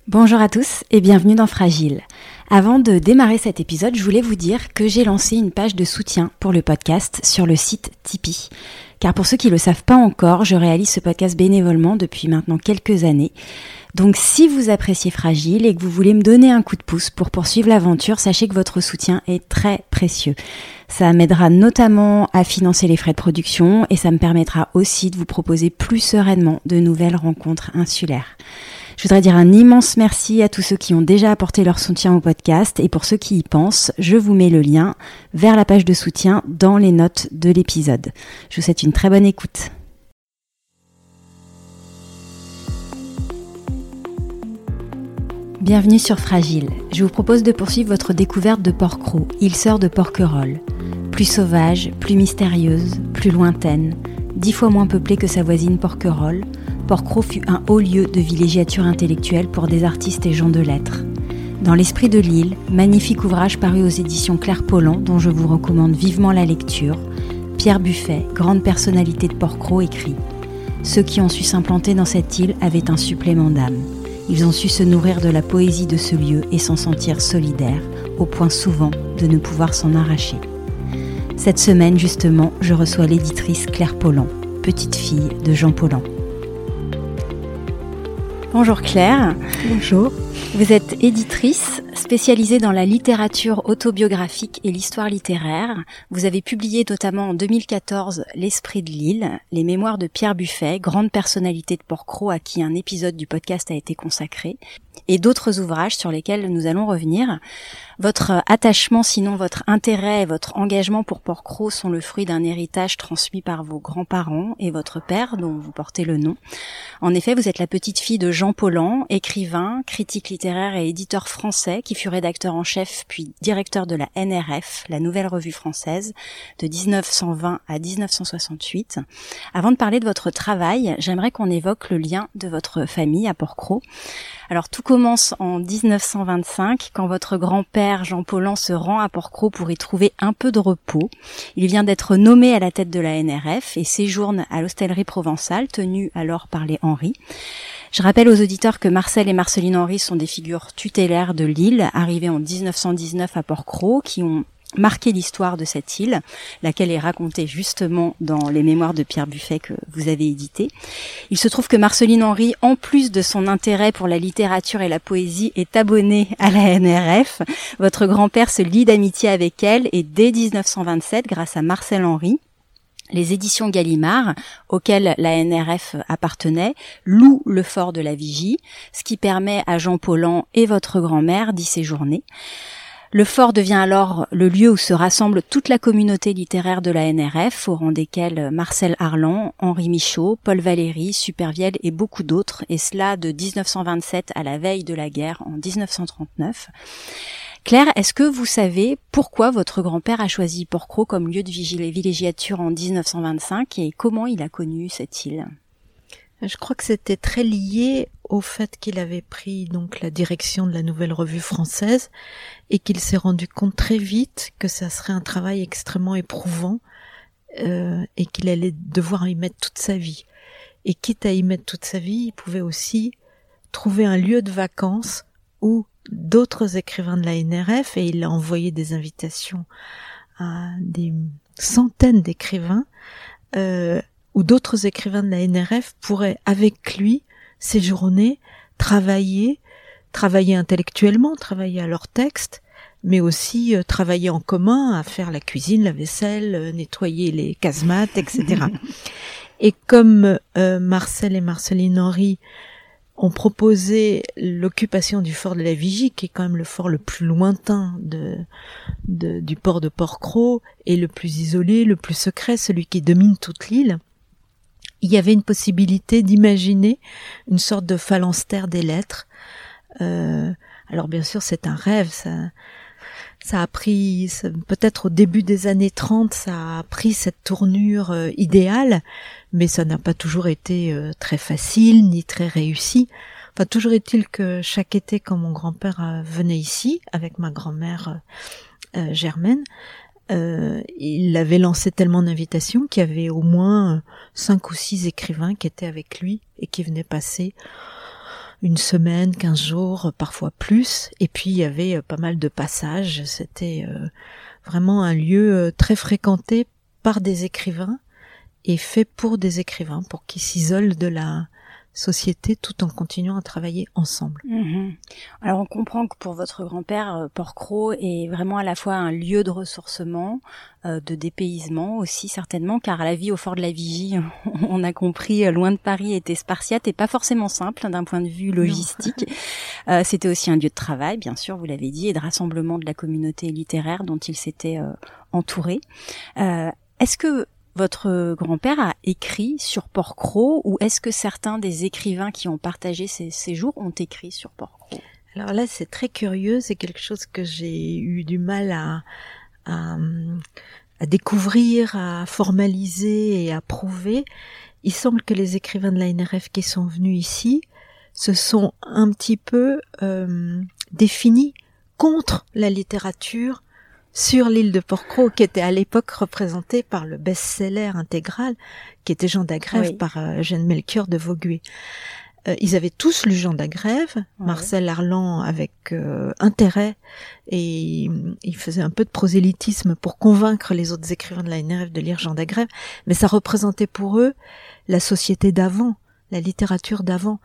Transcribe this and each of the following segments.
Bonjour à tous et bienvenue dans Fragile. Avant de démarrer cet épisode, je voulais vous dire que j'ai lancé une page de soutien pour le podcast sur le site Tipeee. Car pour ceux qui ne le savent pas encore, je réalise ce podcast bénévolement depuis maintenant quelques années. Donc si vous appréciez Fragile et que vous voulez me donner un coup de pouce pour poursuivre l'aventure, sachez que votre soutien est très précieux. Ça m'aidera notamment à financer les frais de production et ça me permettra aussi de vous proposer plus sereinement de nouvelles rencontres insulaires. Je voudrais dire un immense merci à tous ceux qui ont déjà apporté leur soutien au podcast et pour ceux qui y pensent, je vous mets le lien vers la page de soutien dans les notes de l'épisode. Je vous souhaite une très bonne écoute. Bienvenue sur Fragile. Je vous propose de poursuivre votre découverte de Porquerolles, île sœur de Porquerolles. Plus sauvage, plus mystérieuse, plus lointaine, 10 fois moins peuplée que sa voisine Porquerolles, Porquerolles fut un haut lieu de villégiature intellectuelle pour des artistes et gens de lettres. Dans l'esprit de l'île, magnifique ouvrage paru aux éditions Claire Pollan dont je vous recommande vivement la lecture, Pierre Buffet, grande personnalité de Porquerolles, écrit « Ceux qui ont su s'implanter dans cette île avaient un supplément d'âme. Ils ont su se nourrir de la poésie de ce lieu et s'en sentir solidaires, au point souvent de ne pouvoir s'en arracher. » Cette semaine, justement, je reçois l'éditrice Claire Pollan, petite fille de Jean Paulhan. Bonjour Claire. Bonjour. Vous êtes éditrice spécialisée dans la littérature autobiographique et l'histoire littéraire. Vous avez publié notamment en 2014 L'Esprit de l'île, les mémoires de Pierre Buffet, grande personnalité de Porquerolles à qui un épisode du podcast a été consacré, et d'autres ouvrages sur lesquels nous allons revenir. Votre attachement, sinon votre intérêt et votre engagement pour Porquerolles sont le fruit d'un héritage transmis par vos grands-parents et votre père, dont vous portez le nom. En effet, vous êtes la petite fille de Jean Paulhan, écrivain, critique littéraire et éditeur français, qui fut rédacteur en chef puis directeur de la NRF, la Nouvelle Revue Française, de 1920 à 1968. Avant de parler de votre travail, j'aimerais qu'on évoque le lien de votre famille à Porquerolles. Alors tout commence en 1925 quand votre grand-père Jean Paulhan se rend à Porquerolles pour y trouver un peu de repos. Il vient d'être nommé à la tête de la NRF et séjourne à l'hostellerie provençale tenue alors par les Henry. Je rappelle aux auditeurs que Marcel et Marceline Henry sont des figures tutélaires de l'île, arrivées en 1919 à Porquerolles, qui ont marqué l'histoire de cette île, laquelle est racontée justement dans les mémoires de Pierre Buffet que vous avez édité. Il se trouve que Marceline Henry, en plus de son intérêt pour la littérature et la poésie, est abonnée à la NRF. Votre grand-père se lie d'amitié avec elle et dès 1927, grâce à Marcel Henry, les éditions Gallimard, auxquelles la NRF appartenait, louent le fort de la Vigie, ce qui permet à Jean Paulhan et votre grand-mère d'y séjourner. Le fort devient alors le lieu où se rassemble toute la communauté littéraire de la NRF, au rang desquels Marcel Arlan, Henri Michaud, Paul Valéry, Supervielle et beaucoup d'autres, et cela de 1927 à la veille de la guerre en 1939. Claire, est-ce que vous savez pourquoi votre grand-père a choisi Porquerolles comme lieu de villégiature en 1925 et comment il a connu cette île ? Je crois que c'était très lié au fait qu'il avait pris donc la direction de la Nouvelle Revue Française et qu'il s'est rendu compte très vite que ça serait un travail extrêmement éprouvant et qu'il allait devoir y mettre toute sa vie. Et quitte à y mettre toute sa vie, il pouvait aussi trouver un lieu de vacances où d'autres écrivains de la NRF, et il a envoyé des invitations à des centaines d'écrivains, où d'autres écrivains de la NRF pourraient avec lui séjourner, travailler intellectuellement, travailler à leurs textes, mais aussi travailler en commun à faire la cuisine, la vaisselle, nettoyer les casemates, etc. Et comme Marcel et Marceline Henry ont proposé l'occupation du fort de la Vigie, qui est quand même le fort le plus lointain du port de Porquerolles, et le plus isolé, le plus secret, celui qui domine toute l'île, il y avait une possibilité d'imaginer une sorte de phalanstère des lettres. Alors bien sûr, c'est un rêve, ça a pris, peut-être au début des années 30, ça a pris cette tournure idéale, mais ça n'a pas toujours été très facile, ni très réussi. Enfin, toujours est-il que chaque été, quand mon grand-père venait ici, avec ma grand-mère Germaine, il avait lancé tellement d'invitations qu'il y avait au moins 5 ou 6 écrivains qui étaient avec lui et qui venaient passer une semaine, 15 jours, parfois plus. Et puis il y avait pas mal de passages. C'était vraiment un lieu très fréquenté par des écrivains et fait pour des écrivains, pour qu'ils s'isolent de la société tout en continuant à travailler ensemble. Mmh. Alors on comprend que pour votre grand-père, Porquerolles est vraiment à la fois un lieu de ressourcement, de dépaysement aussi certainement, car la vie au fort de la Vigie, on a compris, loin de Paris, était spartiate et pas forcément simple d'un point de vue logistique. C'était aussi un lieu de travail, bien sûr, vous l'avez dit, et de rassemblement de la communauté littéraire dont il s'était entouré. Est-ce que votre grand-père a écrit sur Porquerolles ou est-ce que certains des écrivains qui ont partagé ces séjours ont écrit sur Porquerolles? Alors là, c'est très curieux, c'est quelque chose que j'ai eu du mal à découvrir, à formaliser et à prouver. Il semble que les écrivains de la NRF qui sont venus ici se sont un petit peu définis contre la littérature sur l'île de Porquerolles, qui était à l'époque représentée par le best-seller intégral, qui était Jean d'Agrève, par Eugène Melchior de Vaugué. Ils avaient tous lu Jean d'Agrève, Marcel Arlan avec intérêt, et il faisait un peu de prosélytisme pour convaincre les autres écrivains de la NRF de lire Jean d'Agrève, mais ça représentait pour eux la société d'avant, la littérature d'avant.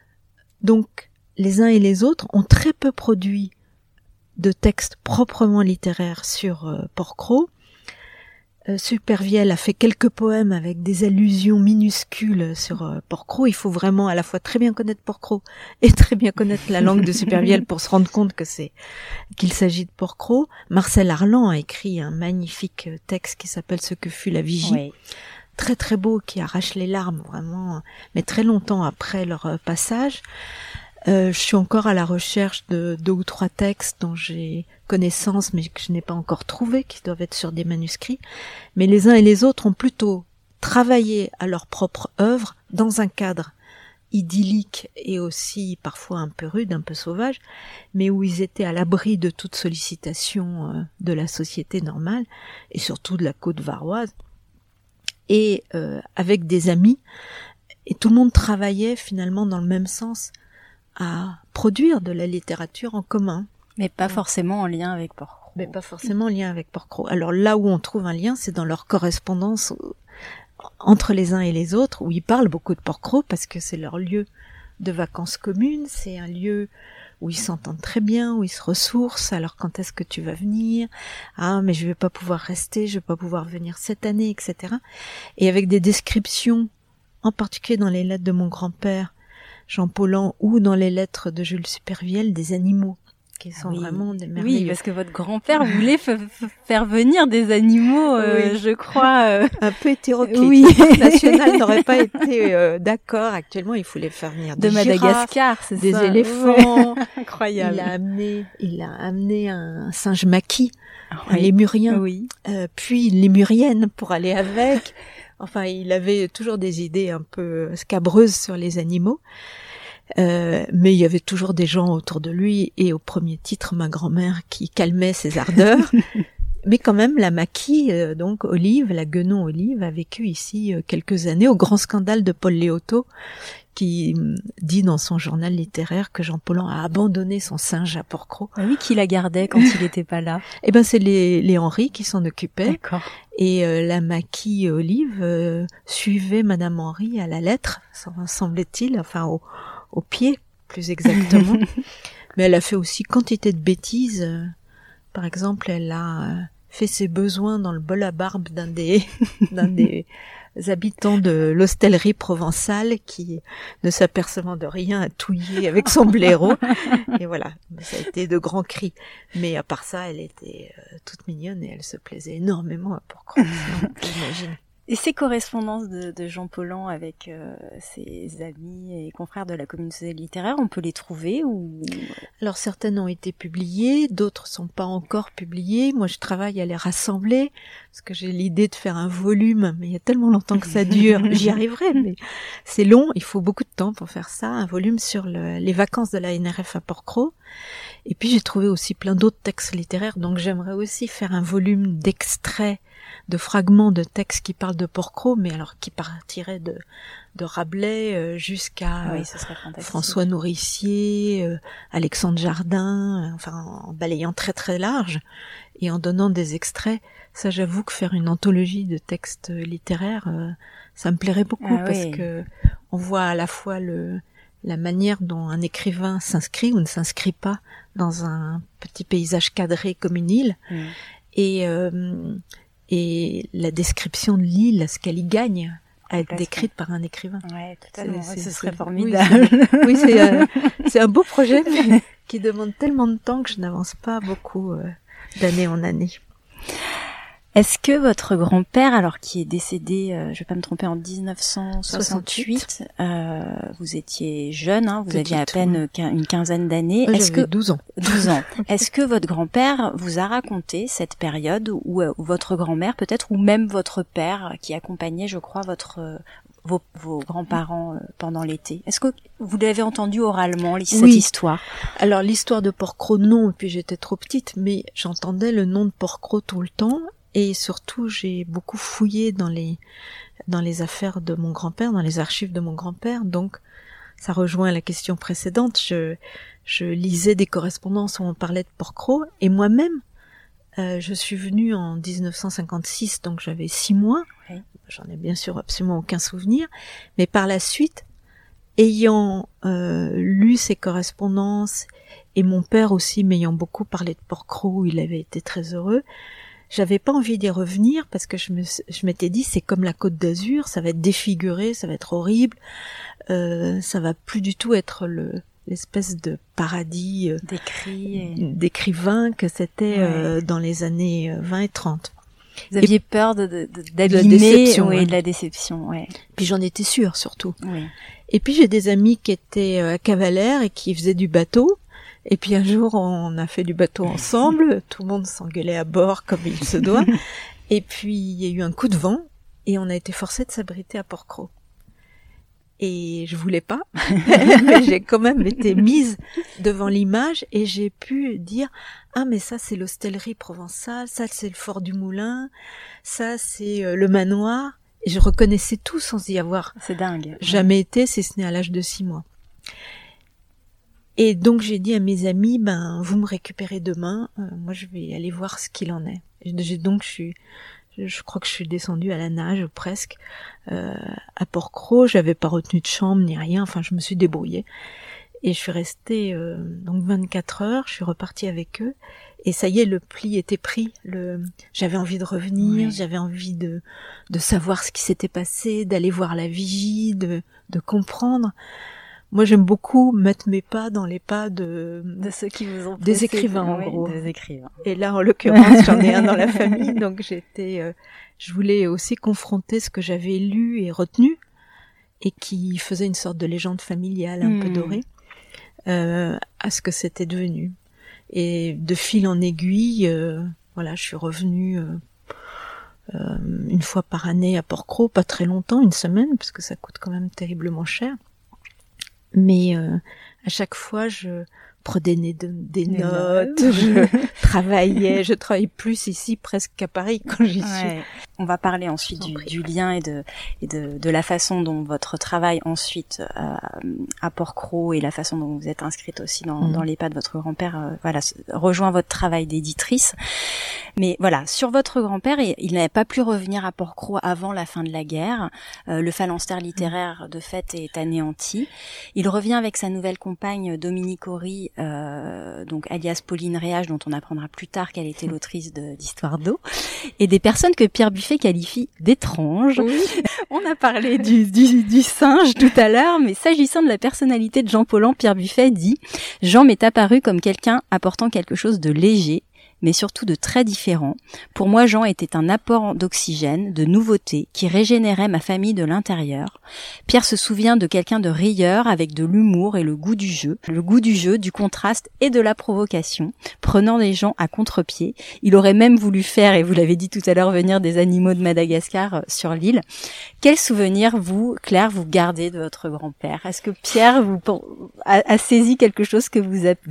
Donc, les uns et les autres ont très peu produit de textes proprement littéraires sur Porquerolles. Supervielle a fait quelques poèmes avec des allusions minuscules sur Porquerolles. Il faut vraiment à la fois très bien connaître Porquerolles et très bien connaître la langue de Supervielle pour se rendre compte qu'il s'agit de Porquerolles. Marcel Arlan a écrit un magnifique texte qui s'appelle Ce que fut la Vigie. Oui. Très très beau, qui arrache les larmes vraiment, mais très longtemps après leur passage. Je suis encore à la recherche de 2 ou 3 textes dont j'ai connaissance mais que je n'ai pas encore trouvé, qui doivent être sur des manuscrits. Mais les uns et les autres ont plutôt travaillé à leur propre œuvre dans un cadre idyllique et aussi parfois un peu rude, un peu sauvage, mais où ils étaient à l'abri de toute sollicitation de la société normale et surtout de la côte varoise, et avec des amis, et tout le monde travaillait finalement dans le même sens, à produire de la littérature en commun. Mais pas forcément en lien avec Porquerolles. Mais pas forcément en lien avec Porquerolles. Alors là où on trouve un lien, c'est dans leur correspondance entre les uns et les autres, où ils parlent beaucoup de Porquerolles parce que c'est leur lieu de vacances communes, c'est un lieu où ils s'entendent très bien, où ils se ressourcent. Alors quand est-ce que tu vas venir? Ah, mais je vais pas pouvoir rester, je vais pas pouvoir venir cette année, etc. Et avec des descriptions, en particulier dans les lettres de mon grand-père, Jean Paulhan, ou dans les lettres de Jules Supervielle, des animaux qui sont vraiment des merveilleux. Oui, parce que votre grand-père voulait faire venir des animaux, je crois. Un peu hétéroclite. Oui. Le national n'aurait pas été d'accord. Actuellement, il voulait faire venir des Madagascar, c'est des éléphants. Ouais. Incroyable. Il a amené un singe maquis, un lémurien, puis une lémurienne pour aller avec. Enfin, il avait toujours des idées un peu scabreuses sur les animaux. Mais il y avait toujours des gens autour de lui, et au premier titre, ma grand-mère qui calmait ses ardeurs. Mais quand même, la maquis, donc Olive, la guenon Olive, a vécu ici quelques années, au grand scandale de Paul Léotot, qui dit dans son journal littéraire que Jean Paulhan a abandonné son singe à Porquerolles. Ah oui, qui la gardait quand il n'était pas là. Eh ben, c'est les Henri qui s'en occupaient. D'accord. Et la maquis Olive suivait Madame Henri à la lettre, semble-t-il, enfin au pied, plus exactement. Mais elle a fait aussi quantité de bêtises. Par exemple, elle a fait ses besoins dans le bol à barbe d'un des habitants de l'hostellerie provençale qui, ne s'apercevant de rien, a touillé avec son blaireau. Et voilà, ça a été de grands cris. Mais à part ça, elle était toute mignonne et elle se plaisait énormément à Porquerolles, j'imagine. Et ces correspondances de Jean Paulhan avec ses amis et confrères de la communauté littéraire, on peut les trouver ou... Alors certaines ont été publiées, d'autres sont pas encore publiées. Moi je travaille à les rassembler, parce que j'ai l'idée de faire un volume, mais il y a tellement longtemps que ça dure, j'y arriverai, mais c'est long, il faut beaucoup de temps pour faire ça, un volume sur les vacances de la NRF à Porquerolles. Et puis j'ai trouvé aussi plein d'autres textes littéraires, donc j'aimerais aussi faire un volume d'extraits, de fragments de textes qui parlent parle de Porquerolles, mais alors qui partirait de Rabelais jusqu'à François Nourricier, Alexandre Jardin, enfin en balayant très très large et en donnant des extraits. Ça, j'avoue que faire une anthologie de textes littéraires, ça me plairait beaucoup parce que on voit à la fois la manière dont un écrivain s'inscrit ou ne s'inscrit pas dans un petit paysage cadré comme une île, et la description de l'île, ce qu'elle y gagne, à être décrite par un écrivain. Ouais, totalement. Ce serait formidable. Oui, c'est un beau projet, mais qui demande tellement de temps que je n'avance pas beaucoup d'année en année. Est-ce que votre grand-père, alors qui est décédé, je vais pas me tromper, en 1968, vous étiez jeune, hein, vous aviez à peine une quinzaine d'années. J'avais 12 ans. 12 ans. Est-ce que votre grand-père vous a raconté cette période où votre grand-mère peut-être, ou même votre père qui accompagnait, je crois, vos grands-parents pendant l'été? Est-ce que vous l'avez entendu oralement, cette histoire? Alors l'histoire de Porquerolles, non, puis j'étais trop petite, mais j'entendais le nom de Porquerolles tout le temps. Et surtout, j'ai beaucoup fouillé dans les affaires de mon grand-père, dans les archives de mon grand-père. Donc, ça rejoint la question précédente. Je lisais des correspondances où on parlait de Porquerolles. Et moi-même, je suis venue en 1956, donc j'avais 6 mois. Oui. J'en ai bien sûr absolument aucun souvenir. Mais par la suite, ayant lu ces correspondances, et mon père aussi m'ayant beaucoup parlé de Porquerolles, où il avait été très heureux, j'avais pas envie d'y revenir parce que je m'étais dit c'est comme la Côte d'Azur, ça va être défiguré, ça va être horrible, ça va plus du tout être l'espèce de paradis d'écrivain que c'était dans les années 20 et 30. Vous aviez peur d'abîmer de la déception, ouais. Puis j'en étais sûre surtout. Oui. Et puis j'ai des amis qui étaient à Cavalère et qui faisaient du bateau. Et puis un jour, on a fait du bateau ensemble, tout le monde s'engueulait à bord comme il se doit. Et puis il y a eu un coup de vent et on a été forcés de s'abriter à Porquerolles. Et je voulais pas, mais j'ai quand même été mise devant l'image et j'ai pu dire ah mais ça c'est l'hostellerie provençale, ça c'est le fort du Moulin, ça c'est le manoir. Et je reconnaissais tout sans y avoir jamais été, si ce n'est à l'âge de 6 mois. Et donc j'ai dit à mes amis, vous me récupérez demain, moi je vais aller voir ce qu'il en est. Et donc je crois que je suis descendue à la nage presque à Porquerolles. J'avais pas retenu de chambre ni rien, enfin je me suis débrouillée. Et je suis restée donc 24 heures, je suis repartie avec eux. Et ça y est, le pli était pris. J'avais envie de revenir, j'avais envie de savoir ce qui s'était passé, d'aller voir la vigie, de comprendre. Moi, j'aime beaucoup mettre mes pas dans les pas de ceux qui vous ont des écrivains, en gros. Des écrivains. Et là, en l'occurrence, j'en ai un dans la famille, donc je voulais aussi confronter ce que j'avais lu et retenu, et qui faisait une sorte de légende familiale un peu dorée, à ce que c'était devenu. Et de fil en aiguille, je suis revenue une fois par année à Porquerolles, pas très longtemps, une semaine, parce que ça coûte quand même terriblement cher. Mais à chaque fois, je prenais des notes, je travaillais plus ici presque qu'à Paris quand j'y suis. On va parler ensuite du lien et de la façon dont votre travail ensuite à Porquerolles et la façon dont vous êtes inscrite aussi dans les pas de votre grand-père, rejoint votre travail d'éditrice. Mais voilà, sur votre grand-père, il n'avait pas pu revenir à Porquerolles avant la fin de la guerre. Le phalanstère littéraire, de fait, est anéanti. Il revient avec sa nouvelle compagne, Dominique Horry, donc alias Pauline Réage, dont on apprendra plus tard qu'elle était l'autrice d'Histoire d'eau, et des personnes que Pierre Buffet qualifie d'étranges. Oui. On a parlé du singe tout à l'heure, mais s'agissant de la personnalité de Jean Paulhan, Pierre Buffet dit « Jean m'est apparu comme quelqu'un apportant quelque chose de léger, mais surtout de très différent. Pour moi, Jean était un apport d'oxygène, de nouveauté, qui régénérait ma famille de l'intérieur. Pierre se souvient de quelqu'un de rieur, avec de l'humour et le goût du jeu, du contraste et de la provocation, prenant les gens à contre-pied. Il aurait même voulu faire, et vous l'avez dit tout à l'heure, venir des animaux de Madagascar sur l'île. Quel souvenir, vous, Claire, vous gardez de votre grand-père? Est-ce que Pierre a saisi quelque chose que vous avez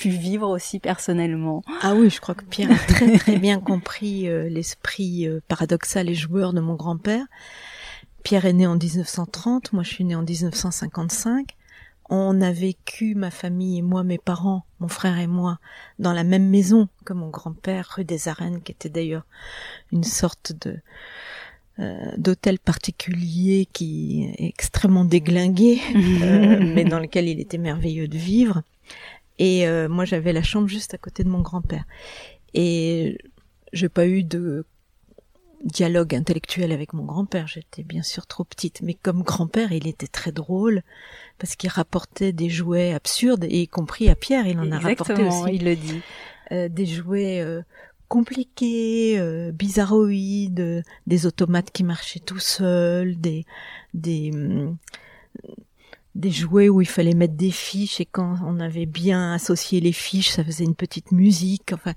pu vivre aussi personnellement. Ah oui, je crois que Pierre a très très bien compris l'esprit paradoxal et joueur de mon grand-père. Pierre est né en 1930, moi je suis née en 1955. On a vécu, ma famille et moi, mes parents, mon frère et moi, dans la même maison que mon grand-père, rue des Arènes, qui était d'ailleurs une sorte d'hôtel particulier qui est extrêmement déglingué, mais dans lequel il était merveilleux de vivre. Et moi, j'avais la chambre juste à côté de mon grand-père. Et j'ai pas eu de dialogue intellectuel avec mon grand-père, j'étais bien sûr trop petite, mais comme grand-père, il était très drôle, parce qu'il rapportait des jouets absurdes, et y compris à Pierre, il en a rapporté aussi. Il le dit. Des jouets compliqués, bizarroïdes, des automates qui marchaient tout seuls, des jouets où il fallait mettre des fiches, et quand on avait bien associé les fiches, ça faisait une petite musique. Enfin,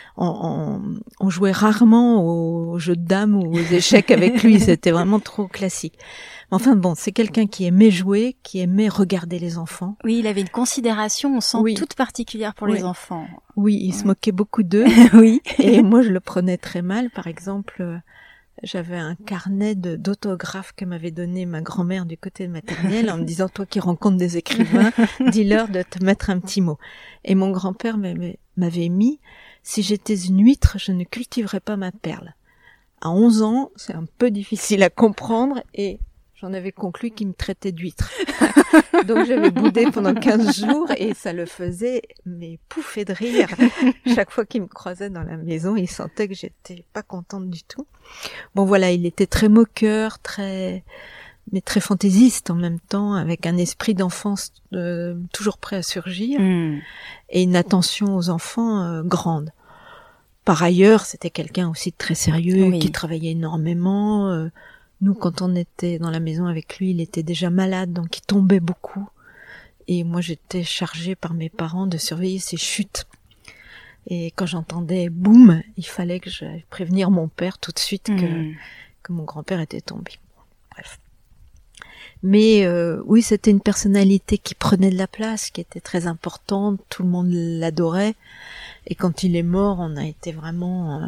on jouait rarement aux jeux de dames ou aux échecs avec lui, c'était vraiment trop classique. Enfin bon, c'est quelqu'un qui aimait jouer, qui aimait regarder les enfants. Oui, il avait une considération, on sent, toute particulière pour les enfants. Oui, il se moquait beaucoup d'eux. Oui. Et moi, je le prenais très mal. Par exemple, j'avais un carnet d'autographes que m'avait donné ma grand-mère du côté maternel en me disant, toi qui rencontres des écrivains, dis-leur de te mettre un petit mot. Et mon grand-père m'avait mis, si j'étais une huître, je ne cultiverais pas ma perle. À 11 ans, c'est un peu difficile à comprendre et j'en avais conclu qu'il me traitait d'huître. Donc j'avais boudé pendant 15 jours et ça le faisait pouffer de rire. Chaque fois qu'il me croisait dans la maison, il sentait que j'étais pas contente du tout. Bon voilà, il était très moqueur, mais très fantaisiste en même temps, avec un esprit d'enfance toujours prêt à surgir et une attention aux enfants grande. Par ailleurs, c'était quelqu'un aussi de très sérieux, qui travaillait énormément. Nous, quand on était dans la maison avec lui, il était déjà malade, donc il tombait beaucoup. Et moi, j'étais chargée par mes parents de surveiller ses chutes. Et quand j'entendais boum, il fallait que j'aille prévenir mon père tout de suite que mon grand-père était tombé. Bref. Mais oui, c'était une personnalité qui prenait de la place, qui était très importante, tout le monde l'adorait. Et quand il est mort, on a été vraiment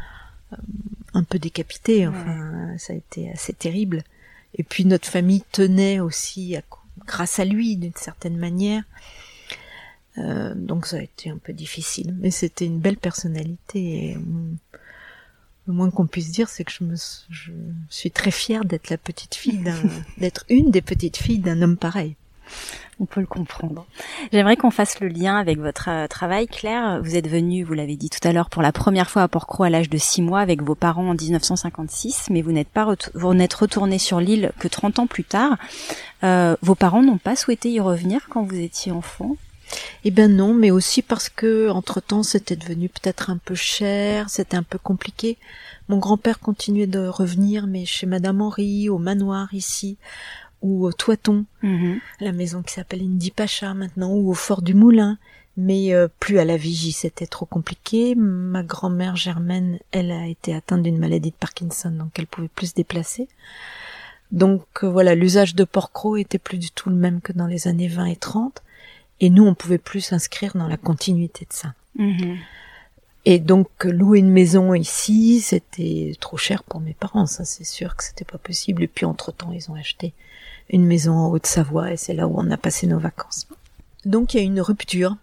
un peu décapité, enfin, ça a été assez terrible. Et puis notre famille tenait aussi grâce à lui, d'une certaine manière. Donc ça a été un peu difficile, mais c'était une belle personnalité. Et, le moins qu'on puisse dire, c'est que je suis très fière d'être la petite fille d'être une des petites filles d'un homme pareil. On peut le comprendre. J'aimerais qu'on fasse le lien avec votre travail, Claire. Vous êtes venue, vous l'avez dit tout à l'heure, pour la première fois à Porquerolles à l'âge de 6 mois avec vos parents en 1956, mais vous n'êtes retournée sur l'île que 30 ans plus tard. Vos parents n'ont pas souhaité y revenir quand vous étiez enfant ? Eh ben non, mais aussi parce que entre-temps, c'était devenu peut-être un peu cher, c'était un peu compliqué. Mon grand-père continuait de revenir, mais chez Madame Henry, au manoir ici, ou au Toiton, la maison qui s'appelle Indy Pacha maintenant, ou au Fort du Moulin, mais plus à la Vigie, c'était trop compliqué. Ma grand-mère Germaine, elle a été atteinte d'une maladie de Parkinson, donc elle pouvait plus se déplacer. Donc voilà, l'usage de Porquerolles était plus du tout le même que dans les années 20 et 30, et nous on pouvait plus s'inscrire dans la continuité de ça. Et donc louer une maison ici, c'était trop cher pour mes parents, ça c'est sûr que c'était pas possible. Et puis entre-temps, ils ont acheté une maison en Haute-Savoie et c'est là où on a passé nos vacances. Donc il y a une rupture.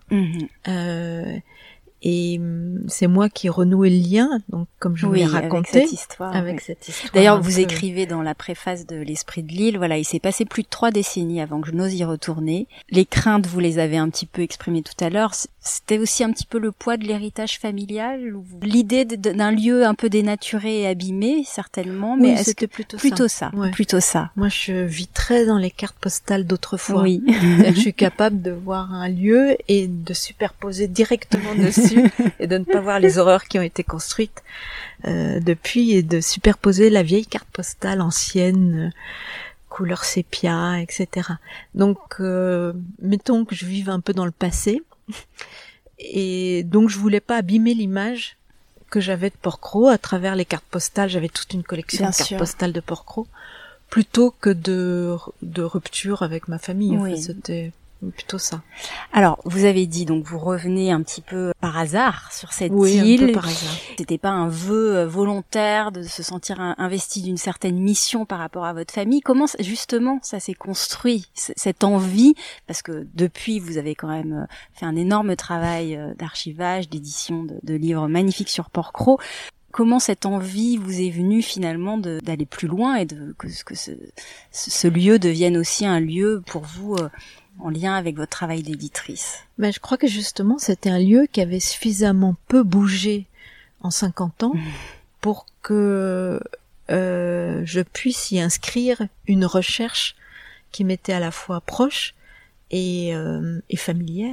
Et c'est moi qui ai renoué le lien, donc comme je vous l'ai raconté, avec cette histoire. D'ailleurs, vous écrivez dans la préface de l'Esprit de l'île, voilà, il s'est passé plus de 3 décennies avant que je n'ose y retourner. Les craintes, vous les avez un petit peu exprimées tout à l'heure. C'était aussi un petit peu le poids de l'héritage familial, ou l'idée d'un lieu un peu dénaturé et abîmé, certainement. Mais oui, c'était plutôt ça. Ouais. Plutôt ça. Moi, je vis très dans les cartes postales d'autrefois. Oui. Je suis capable de voir un lieu et de superposer directement dessus. Et de ne pas voir les horreurs qui ont été construites depuis, et de superposer la vieille carte postale ancienne, couleur sépia, etc. Donc, mettons que je vive un peu dans le passé, et donc je voulais pas abîmer l'image que j'avais de Porquerolles à travers les cartes postales. J'avais toute une collection de cartes postales de Porquerolles, plutôt que de rupture avec ma famille. Oui. Enfin, c'était plutôt ça. Alors, vous avez dit, donc vous revenez un petit peu par hasard sur cette île. Un peu par hasard. C'était pas un vœu volontaire de se sentir investi d'une certaine mission par rapport à votre famille. Comment, justement, ça s'est construit, cette envie? Parce que depuis, vous avez quand même fait un énorme travail d'archivage, d'édition de livres magnifiques sur Porquerolles. Comment cette envie vous est venue finalement d'aller plus loin et que ce lieu devienne aussi un lieu pour vous en lien avec votre travail d'éditrice? Ben, je crois que justement, c'était un lieu qui avait suffisamment peu bougé en 50 ans pour que je puisse y inscrire une recherche qui m'était à la fois proche et familière.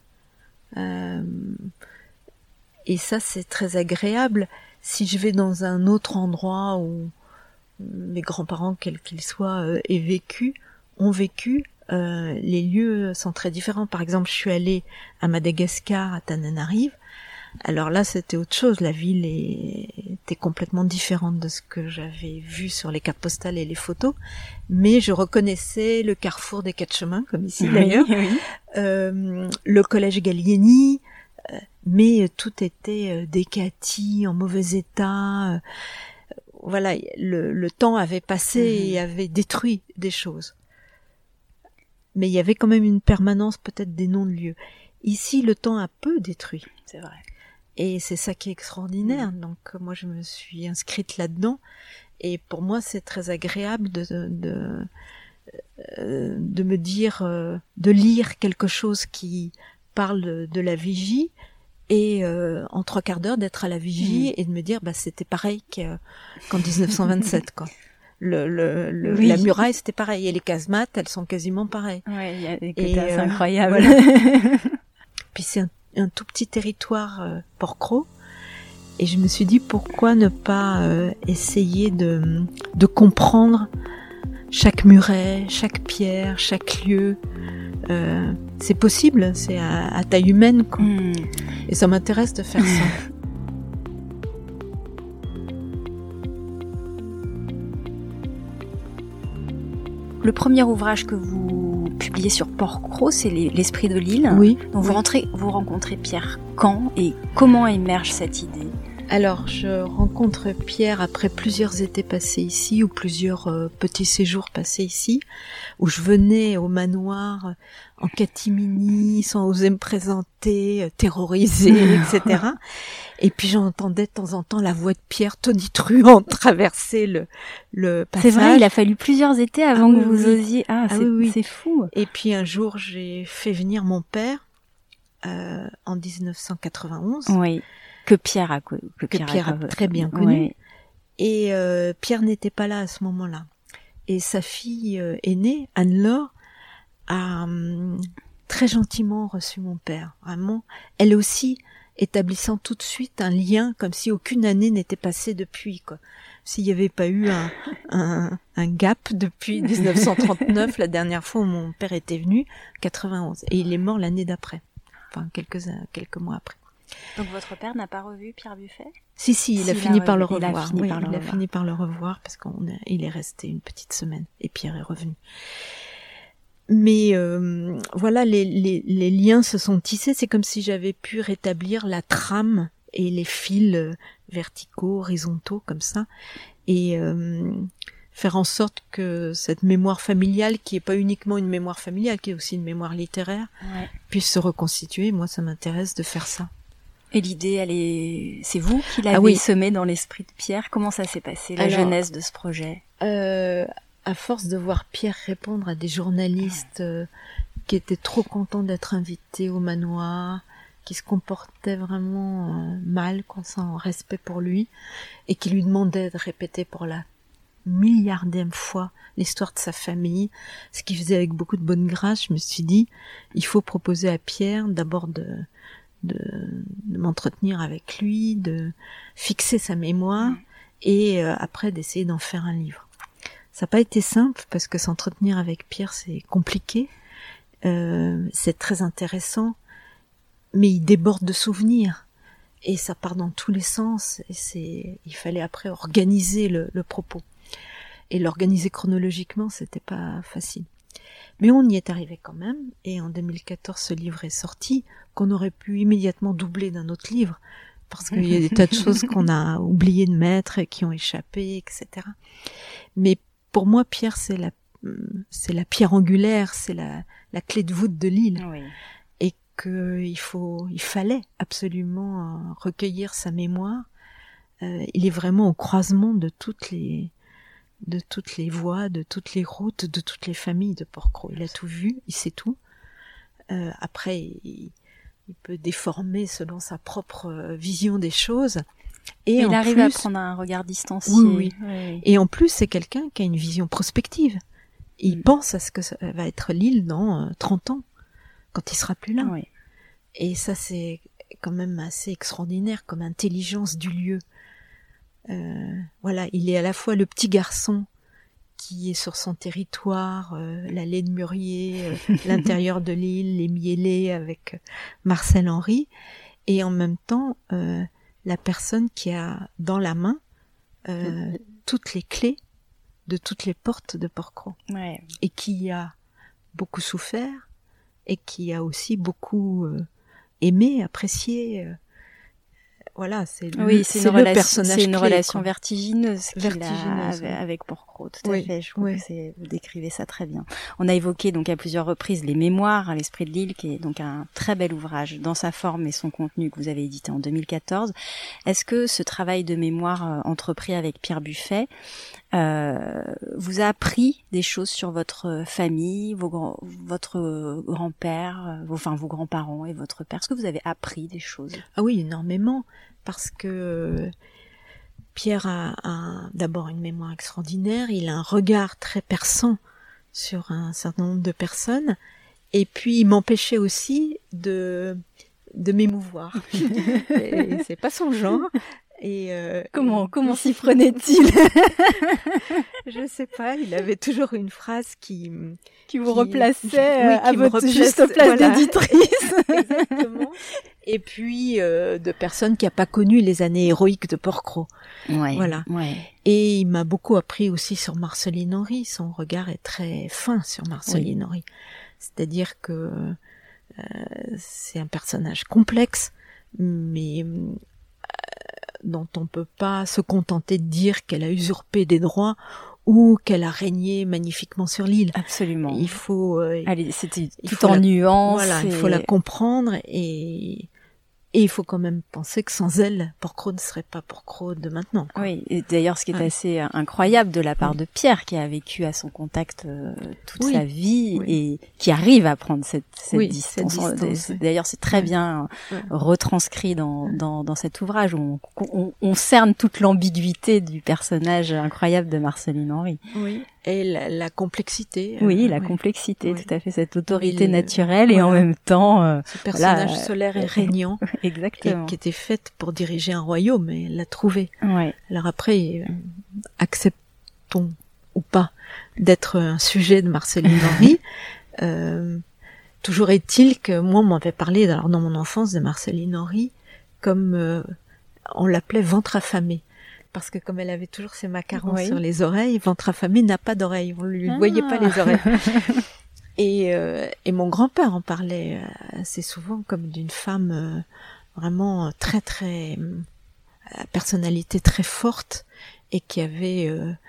Et ça, c'est très agréable. Si je vais dans un autre endroit où mes grands-parents, quels qu'ils soient, ont vécu, les lieux sont très différents. Par exemple, je suis allée à Madagascar, à Tananarive. Alors là, c'était autre chose. La ville était complètement différente de ce que j'avais vu sur les cartes postales et les photos. Mais je reconnaissais le carrefour des Quatre Chemins, comme ici d'ailleurs. Oui. Le collège Gallieni, mais tout était décati, en mauvais état. Voilà, le temps avait passé et avait détruit des choses. Mais il y avait quand même une permanence peut-être des noms de lieux. Ici, le temps a peu détruit. C'est vrai. Et c'est ça qui est extraordinaire. Donc moi, je me suis inscrite là-dedans. Et pour moi, c'est très agréable de me dire, de lire quelque chose qui parle de la vigie et en 3/4 d'heure d'être à la vigie et de me dire, bah c'était pareil qu'en 1927, quoi. La muraille, c'était pareil. Et les casemates, elles sont quasiment pareilles. Ouais, il y a des côtés assez incroyables. Voilà. Puis c'est un tout petit territoire, Porquerolles. Et je me suis dit, pourquoi ne pas essayer de comprendre chaque muret, chaque pierre, chaque lieu. C'est possible, c'est à taille humaine, quoi. Et ça m'intéresse de faire ça. Le premier ouvrage que vous publiez sur Porquerolles, c'est l'Esprit de l'île. Oui. Donc vous rencontrez Pierre quand et comment émerge cette idée? Alors, je rencontre Pierre après plusieurs étés passés ici, ou plusieurs petits séjours passés ici, où je venais au manoir en catimini, sans oser me présenter, terrorisée, etc. Et puis j'entendais de temps en temps la voix de Pierre tonitruante traverser le passage. C'est vrai, il a fallu plusieurs étés avant que vous osiez. C'est fou. Et puis un jour, j'ai fait venir mon père en 1991. Oui. Que Pierre a très bien connu. Oui. Et Pierre n'était pas là à ce moment-là. Et sa fille aînée, Anne-Laure, a très gentiment reçu mon père. Vraiment, elle aussi établissant tout de suite un lien, comme si aucune année n'était passée depuis, quoi. S'il n'y avait pas eu un gap depuis 1939, la dernière fois où mon père était venu, 91. Et il est mort l'année d'après. Enfin, quelques mois après. Donc votre père n'a pas revu Pierre Buffet? Si, il a fini par le revoir. Il a fini par le revoir parce qu'il est resté une petite semaine et Pierre est revenu. Mais voilà, les liens se sont tissés. C'est comme si j'avais pu rétablir la trame et les fils verticaux, horizontaux comme ça, et faire en sorte que cette mémoire familiale, qui est pas uniquement une mémoire familiale, qui est aussi une mémoire littéraire, puisse se reconstituer. Moi, ça m'intéresse de faire ça. Et l'idée, c'est vous qui l'avez semée dans l'esprit de Pierre. Comment ça s'est passé, la genèse de ce projet? À force de voir Pierre répondre à des journalistes qui étaient trop contents d'être invités au manoir, qui se comportaient vraiment mal, sans respect pour lui, et qui lui demandaient de répéter pour la milliardième fois l'histoire de sa famille, ce qu'il faisait avec beaucoup de bonne grâce, je me suis dit, il faut proposer à Pierre d'abord de m'entretenir avec lui, de fixer sa mémoire et après d'essayer d'en faire un livre. Ça n'a pas été simple parce que s'entretenir avec Pierre c'est compliqué, c'est très intéressant, mais il déborde de souvenirs et ça part dans tous les sens et il fallait après organiser le propos et l'organiser chronologiquement, c'était pas facile. Mais on y est arrivé quand même, et en 2014, ce livre est sorti, qu'on aurait pu immédiatement doubler d'un autre livre, parce qu'il y a des tas de choses qu'on a oublié de mettre et qui ont échappé, etc. Mais pour moi, Pierre, c'est la pierre angulaire, c'est la clé de voûte de Lille. Oui. Et il fallait absolument recueillir sa mémoire. Il est vraiment au croisement de toutes les voies, de toutes les routes, de toutes les familles de Porquerolles. Il a tout vu, il sait tout. Après, il peut déformer selon sa propre vision des choses. Et il arrive à prendre un regard distancié. Oui. Et en plus, c'est quelqu'un qui a une vision prospective. Il pense à ce que ça va être Lille dans 30 ans, quand il sera plus là. Oui. Et ça, c'est quand même assez extraordinaire comme intelligence du lieu. Voilà, il est à la fois le petit garçon qui est sur son territoire, l'allée de Mûrier, l'intérieur de Lille, les Miellés avec Marcel Henry, et en même temps la personne qui a dans la main toutes les clés de toutes les portes de Porquerolles, et qui a beaucoup souffert et qui a aussi beaucoup aimé, apprécié. Voilà, c'est le personnage. C'est une relation vertigineuse qu'il a avec Porquerolles, tout à fait. Je trouve que vous décrivez ça très bien. On a évoqué donc à plusieurs reprises les Mémoires à l'esprit de Lille, qui est donc un très bel ouvrage dans sa forme et son contenu que vous avez édité en 2014. Est-ce que ce travail de mémoire entrepris avec Pierre Buffet vous a appris des choses sur votre famille, votre grand-père, vos grands-parents et votre père? Est-ce que vous avez appris des choses? Ah oui, énormément, parce que Pierre a d'abord une mémoire extraordinaire, il a un regard très perçant sur un certain nombre de personnes, et puis il m'empêchait aussi de m'émouvoir. Et c'est pas son genre. Et comment s'y prenait-il? Je sais pas, il avait toujours une phrase qui vous replaçait à votre juste place d'éditrice. Exactement. Et puis de personnes qui n'ont pas connu les années héroïques de Porquerolles. Voilà. Ouais. Et il m'a beaucoup appris aussi sur Marceline Henry. Son regard est très fin sur Marceline Henry. C'est-à-dire que c'est un personnage complexe, mais dont on peut pas se contenter de dire qu'elle a usurpé des droits ou qu'elle a régné magnifiquement sur l'île. Absolument. Il faut c'était tout en nuances. Voilà, il faut la comprendre, et il faut quand même penser que sans elle, Porquerolles ne serait pas Porquerolles de maintenant, quoi. Oui, et d'ailleurs ce qui est assez incroyable de la part de Pierre, qui a vécu à son contact toute sa vie et qui arrive à prendre cette distance. D'ailleurs c'est très bien retranscrit dans cet ouvrage où on cerne toute l'ambiguïté du personnage incroyable de Marceline Henry. Oui. Et la complexité. La complexité, tout à fait, cette autorité naturelle et en même temps... ce personnage solaire et régnant. Exactement. Et qui était faite pour diriger un royaume, et elle l'a trouvé. Ouais. Alors après, acceptons ou pas d'être un sujet de Marceline Henry. Toujours est-il que moi, on m'avait parlé, alors dans mon enfance, de Marceline Henry comme on l'appelait ventre affamé. Parce que comme elle avait toujours ses macarons sur les oreilles, ventre affamé n'a pas d'oreilles, on lui voyait pas les oreilles. Et mon grand-père en parlait assez souvent comme d'une femme vraiment très très personnalité très forte, et qui avait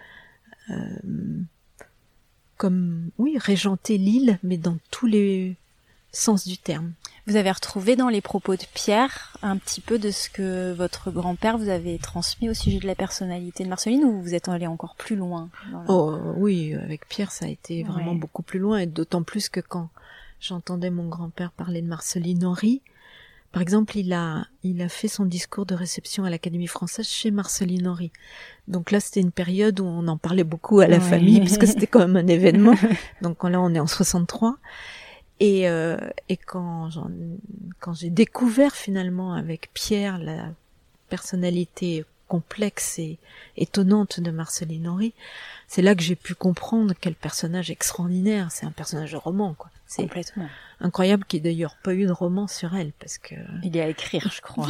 régenté l'île, mais dans tous les sens du terme. Vous avez retrouvé dans les propos de Pierre un petit peu de ce que votre grand-père vous avait transmis au sujet de la personnalité de Marceline, ou vous êtes allé encore plus loin? Oui, avec Pierre ça a été vraiment beaucoup plus loin, et d'autant plus que quand j'entendais mon grand-père parler de Marceline Henry, par exemple, il a fait son discours de réception à l'Académie française chez Marceline Henry. Donc là, c'était une période où on en parlait beaucoup à la famille, puisque c'était quand même un événement. Donc là, on est en 63. Et quand j'ai découvert finalement avec Pierre la personnalité complexe et étonnante de Marceline Henry, c'est là que j'ai pu comprendre quel personnage extraordinaire. C'est un personnage de roman, quoi. C'est complètement incroyable qu'il n'y ait d'ailleurs pas eu de roman sur elle, parce que il est à écrire, je crois.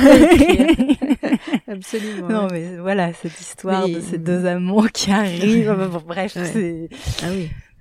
Absolument. Non, mais voilà, cette histoire de ces deux amants qui arrivent. Bref, c'est. Ah oui.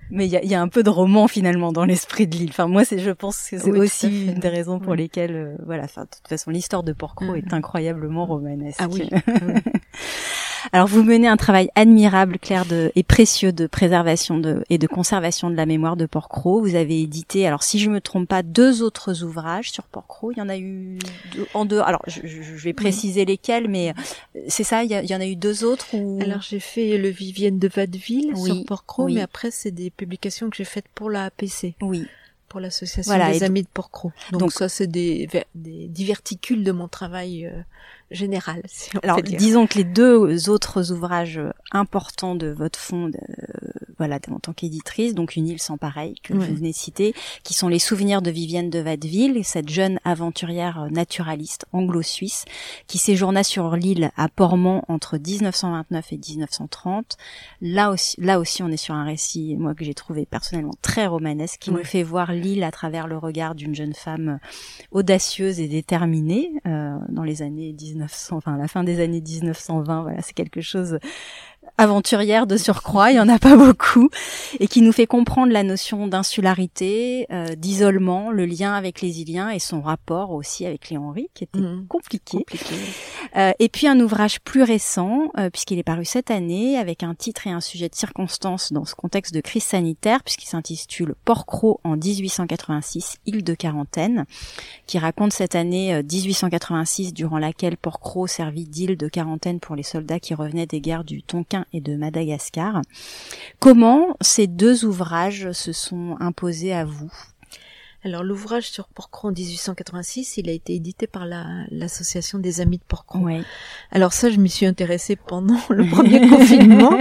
Mais il y a un peu de roman finalement dans l'esprit de l'île. Enfin, moi, je pense que c'est aussi une des raisons pour lesquelles, voilà. Enfin, de toute façon, l'histoire de Porquerolles est incroyablement romanesque. Ah oui. Alors, vous menez un travail admirable, Claire, et précieux de préservation et de conservation de la mémoire de Porquerolles. Vous avez édité, alors si je me trompe pas, 2 autres ouvrages sur Porquerolles. Il y en a eu en deux. Alors, je vais préciser lesquels, mais c'est ça. Il y en a eu 2 autres ou... Alors, j'ai fait le Vivienne de Vadeville sur Porquerolles, mais après, c'est des publications que j'ai faites pour la APC. Oui. Pour l'association des Amis de Porquerolles. Donc ça, c'est des diverticules de mon travail général. Si on alors, peut dire. disons que les 2 autres ouvrages importants de votre fonds, voilà, en tant qu'éditrice, donc Une île sans pareil, que vous venez de citer, qui sont les souvenirs de Vivienne de Vadeville, cette jeune aventurière naturaliste anglo-suisse qui séjourna sur l'île à Portmont entre 1929 et 1930. Là aussi, on est sur un récit, moi, que j'ai trouvé personnellement très romanesque, qui nous fait voir l'île à travers le regard d'une jeune femme audacieuse et déterminée, dans les années 1900, enfin, à la fin des années 1920, voilà, c'est quelque chose aventurière de surcroît, il y en a pas beaucoup, et qui nous fait comprendre la notion d'insularité, d'isolement, le lien avec les Iliens et son rapport aussi avec les Henri, qui était compliqué. Et puis un ouvrage plus récent, puisqu'il est paru cette année, avec un titre et un sujet de circonstance dans ce contexte de crise sanitaire, puisqu'il s'intitule Porquerolles en 1886, île de quarantaine, qui raconte cette année 1886, durant laquelle Porquerolles servit d'île de quarantaine pour les soldats qui revenaient des guerres du Tonkin et de Madagascar. Comment ces 2 ouvrages se sont imposés à vous? Alors, l'ouvrage sur Porquerolles en 1886, il a été édité par l'association des Amis de Porquerolles. Ouais. Alors ça, je m'y suis intéressée pendant le premier confinement.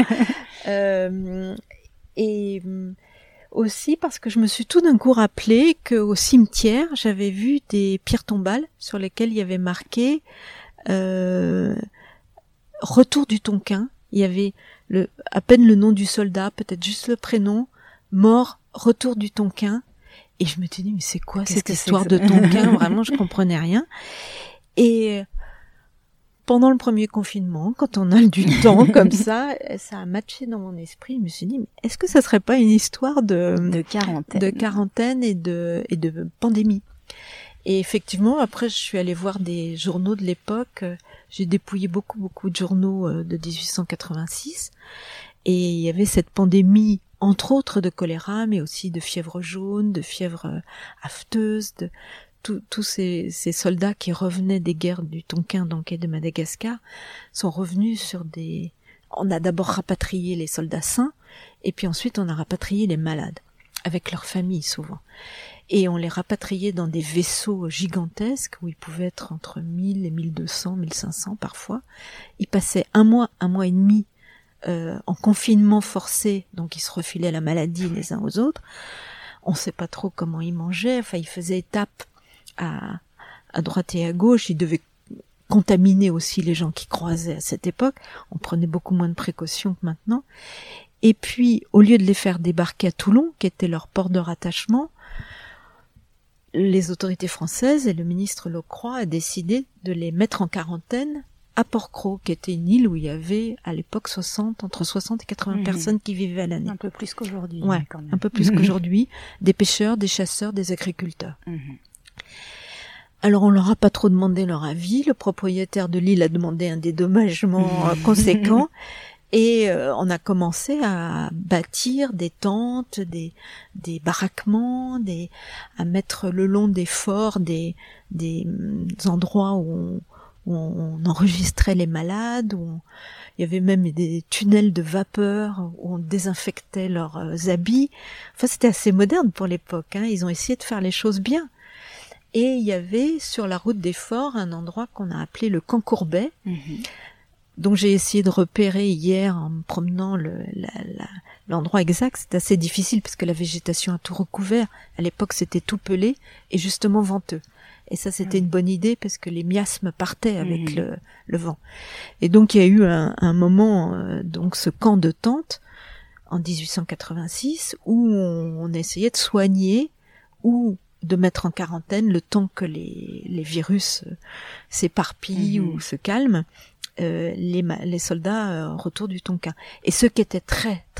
Et aussi parce que je me suis tout d'un coup rappelé qu'au cimetière, j'avais vu des pierres tombales sur lesquelles il y avait marqué Retour du Tonkin. Il y avait à peine le nom du soldat, peut-être juste le prénom, mort, retour du Tonkin. Et je me suis dit, mais c'est quoi cette histoire de Tonkin? Vraiment, je comprenais rien. Et pendant le premier confinement, quand on a du temps comme ça a matché dans mon esprit. Je me suis dit, mais est-ce que ça serait pas une histoire de quarantaine et de pandémie? Et effectivement, après, je suis allée voir des journaux de l'époque. J'ai dépouillé beaucoup de journaux de 1886. Et il y avait cette pandémie, entre autres de choléra, mais aussi de fièvre jaune, de fièvre afteuse, de tous ces soldats qui revenaient des guerres du Tonkin donc et de Madagascar sont revenus on a d'abord rapatrié les soldats sains, et puis ensuite on a rapatrié les malades, avec leurs familles souvent. Et on les rapatriait dans des vaisseaux gigantesques où ils pouvaient être entre 1000 et 1200, 1500 parfois. Ils passaient un mois et demi en confinement forcé, donc ils se refilaient la maladie les uns aux autres. On sait pas trop comment ils mangeaient, enfin ils faisaient étape à droite et à gauche, ils devaient contaminer aussi les gens qui croisaient à cette époque. On prenait beaucoup moins de précautions que maintenant. Et puis, au lieu de les faire débarquer à Toulon, qui était leur port de rattachement, les autorités françaises et le ministre Locroix a décidé de les mettre en quarantaine à Porquerolles, qui était une île où il y avait à l'époque entre 60 et 80 personnes qui vivaient à l'année. Un peu plus qu'aujourd'hui. Ouais, quand même. Un peu plus qu'aujourd'hui. Des pêcheurs, des chasseurs, des agriculteurs. Alors on leur a pas trop demandé leur avis. Le propriétaire de l'île a demandé un dédommagement conséquent. Et on a commencé à bâtir des tentes, des baraquements, à mettre le long des forts des endroits où on enregistrait les malades, il y avait même des tunnels de vapeur où on désinfectait leurs habits. Enfin, c'était assez moderne pour l'époque, hein. Ils ont essayé de faire les choses bien. Et il y avait sur la route des forts un endroit qu'on a appelé le Camp Courbet, dont j'ai essayé de repérer hier en me promenant l'endroit exact. C'est assez difficile parce que la végétation a tout recouvert. À l'époque, c'était tout pelé et justement venteux. Et ça, c'était une bonne idée parce que les miasmes partaient avec le vent. Et donc, il y a eu un moment, donc ce camp de tente en 1886 où on essayait de soigner ou de mettre en quarantaine le temps que les virus s'éparpillent ou se calment. Les soldats retour du Tonkin. Et ceux qui étaient très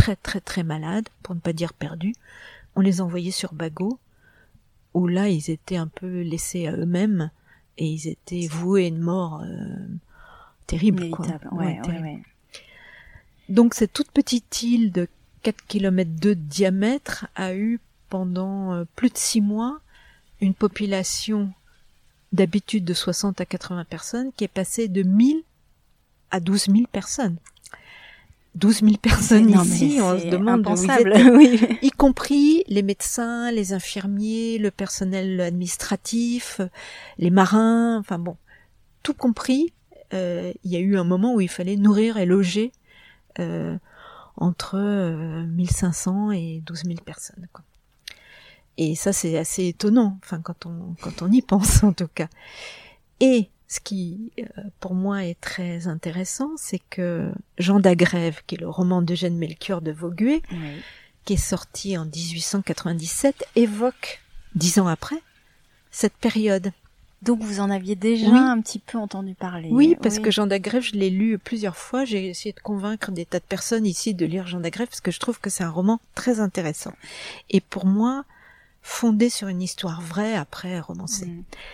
très très très malades, pour ne pas dire perdus, on les envoyait sur Bagot, où là ils étaient un peu laissés à eux-mêmes et ils étaient voués à une mort terrible, quoi. Ouais. Donc cette toute petite île de 4 km de diamètre a eu pendant plus de 6 mois une population d'habitude de 60 à 80 personnes qui est passée de 1000 à 12 000 personnes. 12 000 personnes ici, on se demande où ils étaient, oui. Y compris les médecins, les infirmiers, le personnel administratif, les marins, enfin bon, tout compris. Il y a eu un moment où il fallait nourrir et loger entre 1500 et 12 000 personnes, quoi. Et ça, c'est assez étonnant, enfin quand on y pense en tout cas. Et ce qui, pour moi, est très intéressant, c'est que Jean d'Agrève, qui est le roman d'Eugène Melchior de Vogüé, qui est sorti en 1897, évoque, 10 ans après, cette période. Donc vous en aviez déjà un petit peu entendu parler. Oui, parce que Jean d'Agrève, je l'ai lu plusieurs fois. J'ai essayé de convaincre des tas de personnes ici de lire Jean d'Agrève, parce que je trouve que c'est un roman très intéressant. Et pour moi, fondé sur une histoire vraie, après romancée.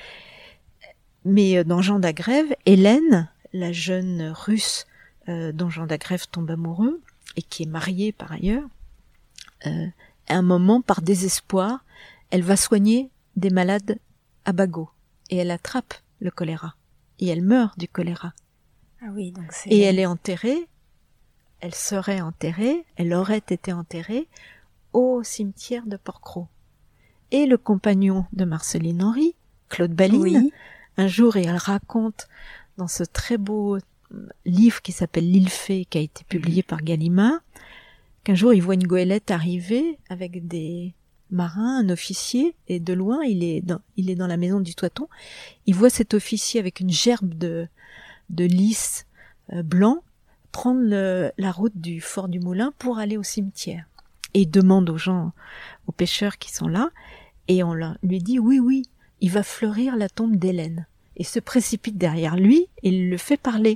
Mais dans Jean d'Agrève, Hélène, la jeune russe dont Jean d'Agrève tombe amoureux, et qui est mariée par ailleurs, à un moment, par désespoir, elle va soigner des malades à Bagot, et elle attrape le choléra, et elle meurt du choléra. Ah oui, donc c'est... Et elle est enterrée, elle serait enterrée, elle aurait été enterrée au cimetière de Porquerolles. Et le compagnon de Marceline Henry, Claude Balline, un jour, il raconte dans ce très beau livre qui s'appelle L'île Fée, qui a été publié par Gallimard, qu'un jour, il voit une goélette arriver avec des marins, un officier, et de loin, il est dans la maison du Toiton. Il voit cet officier avec une gerbe de lys blanc prendre la route du fort du Moulin pour aller au cimetière. Et il demande aux pêcheurs qui sont là, et on lui dit oui, il va fleurir la tombe d'Hélène. Et se précipite derrière lui et il le fait parler.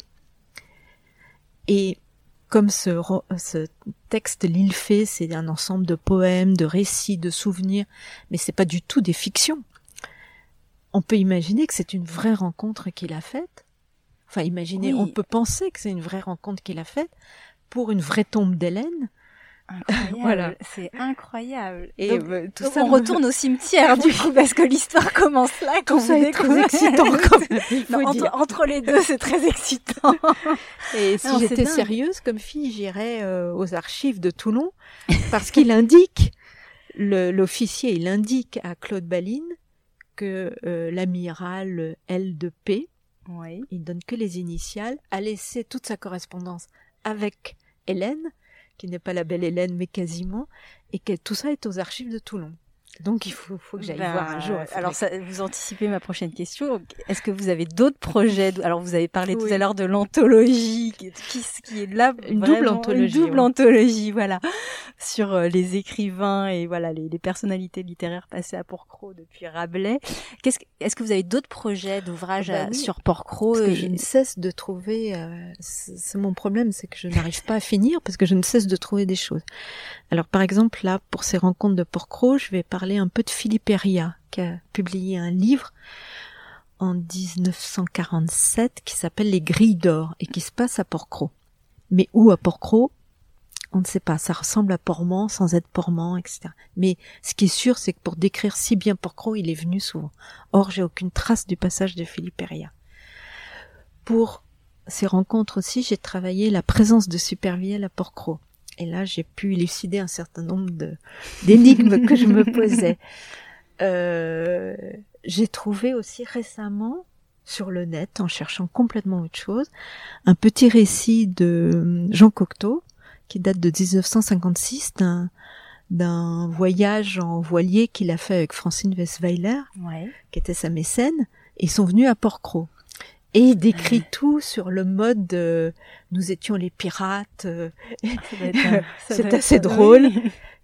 Et comme ce texte, L'île Fée, c'est un ensemble de poèmes, de récits, de souvenirs, mais c'est pas du tout des fictions. On peut imaginer que c'est une vraie rencontre qu'il a faite. Enfin, on peut penser que c'est une vraie rencontre qu'il a faite pour une vraie tombe d'Hélène. Incroyable, voilà. C'est incroyable. Et donc, tout ça, on retourne au cimetière du coup parce que l'histoire commence là. Tout ça est très excitant. Entre les deux, c'est très excitant. Et si j'étais sérieuse comme fille, j'irais aux archives de Toulon parce qu'il indique, l'officier, il indique à Claude Balline que l'amiral L de P, il donne que les initiales, a laissé toute sa correspondance avec Hélène, qui n'est pas la belle Hélène, mais quasiment, et que tout ça est aux archives de Toulon. Donc il faut que j'aille voir un jour. Alors vous anticipez ma prochaine question. Est-ce que vous avez d'autres projets? Alors vous avez parlé tout à l'heure de l'anthologie, qui est là une double anthologie, voilà, sur les écrivains et voilà les personnalités littéraires passées à Porquerolles depuis Rabelais. Est-ce que vous avez d'autres projets d'ouvrages sur Porquerolles? Parce que je ne cesse de trouver. C'est mon problème, c'est que je n'arrive pas à finir parce que je ne cesse de trouver des choses. Alors par exemple là, pour ces rencontres de Porquerolles, je vais parler un peu de Philippe Héria, qui a publié un livre en 1947 qui s'appelle Les Grilles d'or et qui se passe à Porquerolles. Mais où à Porquerolles, on ne sait pas. Ça ressemble à Portman sans être Portman, etc. Mais ce qui est sûr, c'est que pour décrire si bien Porquerolles, il est venu souvent. Or, j'ai aucune trace du passage de Philippe Héria. Pour ces rencontres aussi, j'ai travaillé la présence de Supervielle à Porquerolles. Et là, j'ai pu élucider un certain nombre d'énigmes que je me posais. J'ai trouvé aussi récemment, sur le net, en cherchant complètement autre chose, un petit récit de Jean Cocteau, qui date de 1956, d'un voyage en voilier qu'il a fait avec Francine Weisweiler, qui était sa mécène, et ils sont venus à Porquerolles. Et il décrit tout sur le mode nous étions les pirates. C'est assez drôle.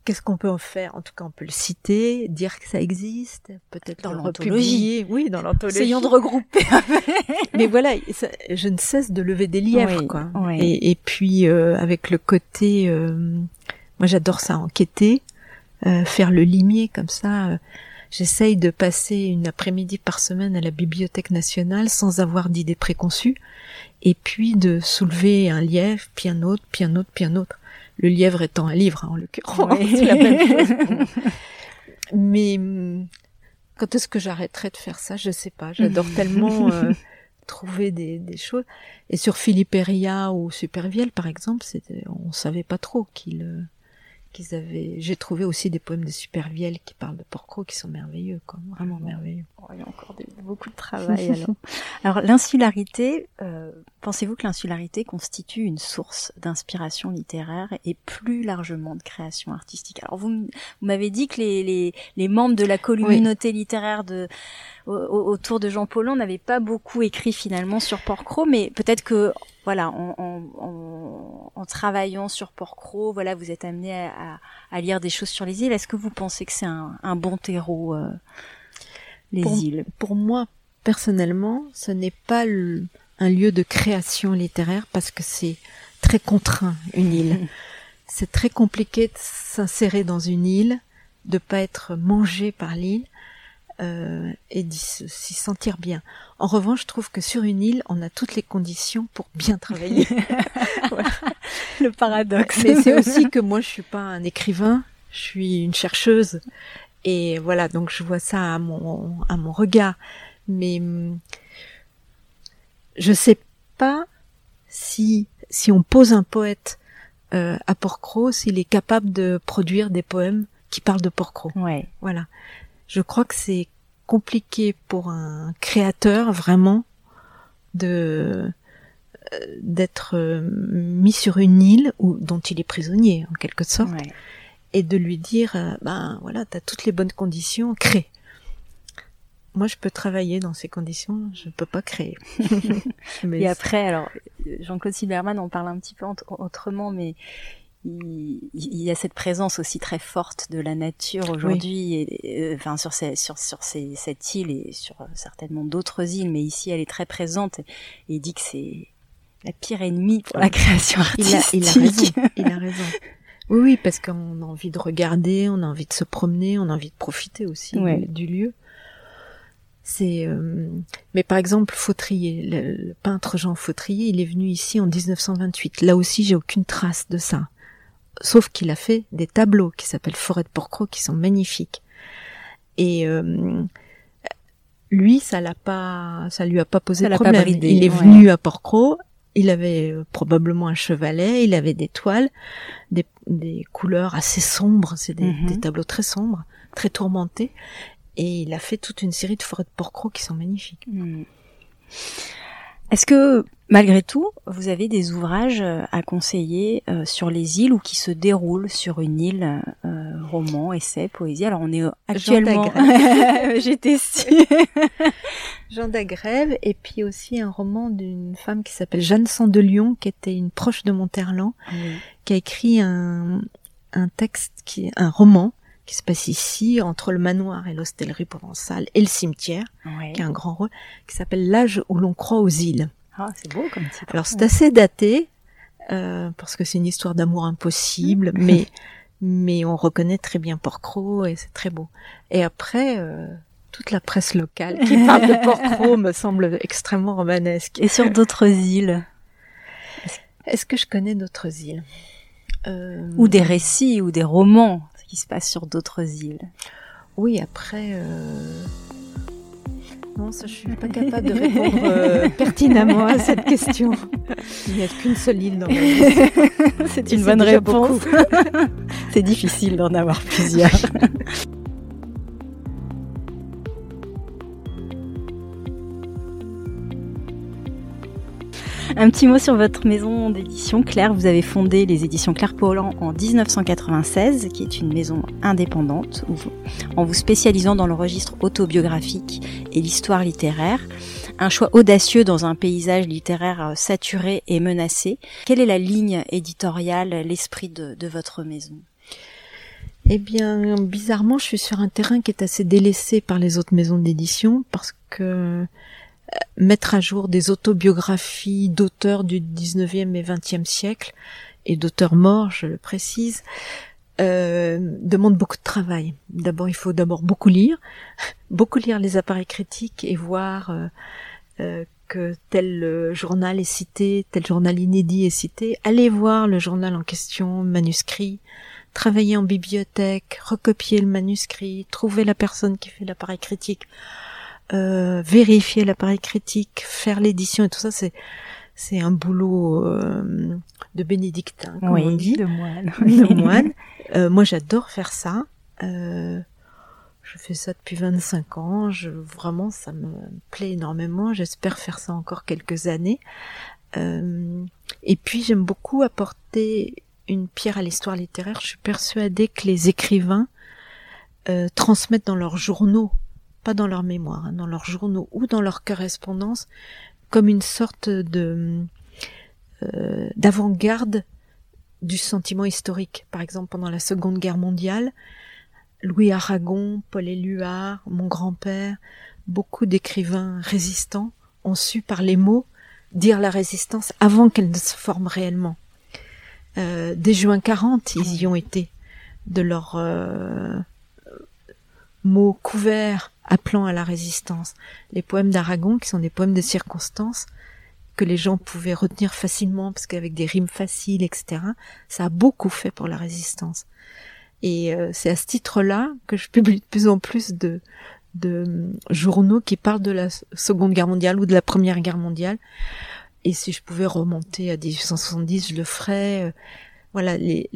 qu'est-ce qu'on peut en faire? En tout cas, on peut le citer, dire que ça existe, peut-être dans le l'anthologie. republier. Oui, dans l'anthologie. Essayons de regrouper. Mais voilà, je ne cesse de lever des lièvres, quoi. Oui. Et puis, avec le côté, moi j'adore ça, enquêter, faire le limier comme ça. J'essaye de passer une après-midi par semaine à la Bibliothèque nationale sans avoir d'idées préconçues, et puis de soulever un lièvre, puis un autre, puis un autre, puis un autre. Le lièvre étant un livre, en l'occurrence, oui. c'est la même chose. Mais quand est-ce que j'arrêterai de faire ça? Je sais pas. J'adore tellement trouver des choses. Et sur Philippe Héria ou Supervielle, par exemple, on savait pas trop qu'ils avaient. J'ai trouvé aussi des poèmes de Supervielle qui parlent de Porquerolles qui sont merveilleux, quoi, vraiment merveilleux. Oh, il y a encore beaucoup de travail alors. Alors l'insularité, pensez-vous que l'insularité constitue une source d'inspiration littéraire et plus largement de création artistique? Alors vous m'avez dit que les membres de la communauté littéraire autour de Jean Paulhan n'avaient pas beaucoup écrit finalement sur Porquerolles, mais peut-être que voilà, en travaillant sur Porquerolles, voilà, vous êtes amené à lire des choses sur les îles. Est-ce que vous pensez que c'est un bon terreau, les îles? Pour moi, personnellement, ce n'est pas un lieu de création littéraire parce que c'est très contraint, une île. C'est très compliqué de s'insérer dans une île, de pas être mangé par l'île. Et s'y sentir bien. En revanche, je trouve que sur une île, on a toutes les conditions pour bien travailler. Voilà. Le paradoxe. Mais c'est aussi que moi, je suis pas un écrivain, je suis une chercheuse. Et voilà, donc je vois ça à mon regard. Mais je sais pas si on pose un poète à Porquerolles, s'il est capable de produire des poèmes qui parlent de Porquerolles. Ouais. Voilà. Je crois que c'est compliqué pour un créateur vraiment d'être mis sur une île dont il est prisonnier en quelque sorte, et de lui dire voilà, t'as toutes les bonnes conditions, crée. Moi, je peux travailler dans ces conditions, je peux pas créer. Et après, alors Jean-Claude Silberman en parle un petit peu autrement, mais il y a cette présence aussi très forte de la nature aujourd'hui, et enfin sur cette île et sur certainement d'autres îles, mais ici elle est très présente, et il dit que c'est la pire ennemie pour la création artistique. Il a raison. Oui, parce qu'on a envie de regarder, on a envie de se promener, on a envie de profiter aussi du lieu. Mais par exemple, Fautrier, le peintre Jean Fautrier, il est venu ici en 1928. Là aussi, j'ai aucune trace de ça. Sauf qu'il a fait des tableaux qui s'appellent Forêt de Porquerolles, qui sont magnifiques. Et lui, ça lui a pas posé de problème. Il est venu à Porquerolles, il avait probablement un chevalet, il avait des toiles, des couleurs assez sombres, c'est des tableaux très sombres, très tourmentés, et il a fait toute une série de Forêts de Porquerolles qui sont magnifiques. Est-ce que, malgré tout, vous avez des ouvrages à conseiller sur les îles ou qui se déroulent sur une île, roman, essai, poésie? Alors on est actuellement... J'étais sûre. Jean d'Agrève, et puis aussi un roman d'une femme qui s'appelle Jeanne Sandelion, qui était une proche de Monterland, qui a écrit un roman qui se passe ici, entre le manoir et l'hostellerie provençale et le cimetière, qui a un grand rôle, qui s'appelle L'âge où l'on croit aux îles. Ah, c'est beau comme titre. Alors c'est assez daté, parce que c'est une histoire d'amour impossible, mais on reconnaît très bien Porquerolles et c'est très beau. Et après, toute la presse locale qui parle de Porquerolles me semble extrêmement romanesque. Et sur d'autres îles? Est-ce que je connais d'autres îles? Ou des récits, ou des romans qui se passent sur d'autres îles? Oui, après... Non, ça, je suis pas capable de répondre pertinemment à cette question. Il n'y a qu'une seule île dans ma vie. C'est une bonne réponse. C'est difficile d'en avoir plusieurs. Un petit mot sur votre maison d'édition. Claire, vous avez fondé les éditions Claire Paulhan en 1996, qui est une maison indépendante, en vous spécialisant dans le registre autobiographique et l'histoire littéraire. Un choix audacieux dans un paysage littéraire saturé et menacé. Quelle est la ligne éditoriale, l'esprit de votre maison? Eh bien, bizarrement, je suis sur un terrain qui est assez délaissé par les autres maisons d'édition parce que mettre à jour des autobiographies d'auteurs du 19e et 20e siècle et d'auteurs morts, je le précise, demande beaucoup de travail. D'abord, il faut beaucoup lire les appareils critiques et voir que tel journal est cité, tel journal inédit est cité. Aller voir le journal en question, manuscrit, travailler en bibliothèque, recopier le manuscrit, trouver la personne qui fait l'appareil critique, vérifier l'appareil critique, faire l'édition et tout ça, c'est un boulot de bénédictin, comme on dit. De moine. De moine. Moi, j'adore faire ça. Je fais ça depuis 25 ans. Vraiment, ça me plaît énormément. J'espère faire ça encore quelques années. Et puis, j'aime beaucoup apporter une pierre à l'histoire littéraire. Je suis persuadée que les écrivains transmettent dans leurs journaux, pas dans leurs mémoires, hein, dans leurs journaux ou dans leurs correspondances, comme une sorte d'avant-garde du sentiment historique. Par exemple, pendant la Seconde Guerre mondiale, Louis Aragon, Paul Éluard, mon grand-père, beaucoup d'écrivains résistants ont su par les mots dire la résistance avant qu'elle ne se forme réellement. Dès juin 40, ils y ont été, de leurs mots couverts appelant à la résistance. Les poèmes d'Aragon, qui sont des poèmes de circonstance, que les gens pouvaient retenir facilement, parce qu'avec des rimes faciles, etc., ça a beaucoup fait pour la résistance. Et c'est à ce titre-là que je publie de plus en plus de journaux qui parlent de la Seconde Guerre mondiale ou de la Première Guerre mondiale. Et si je pouvais remonter à 1870, je le ferais. Voilà,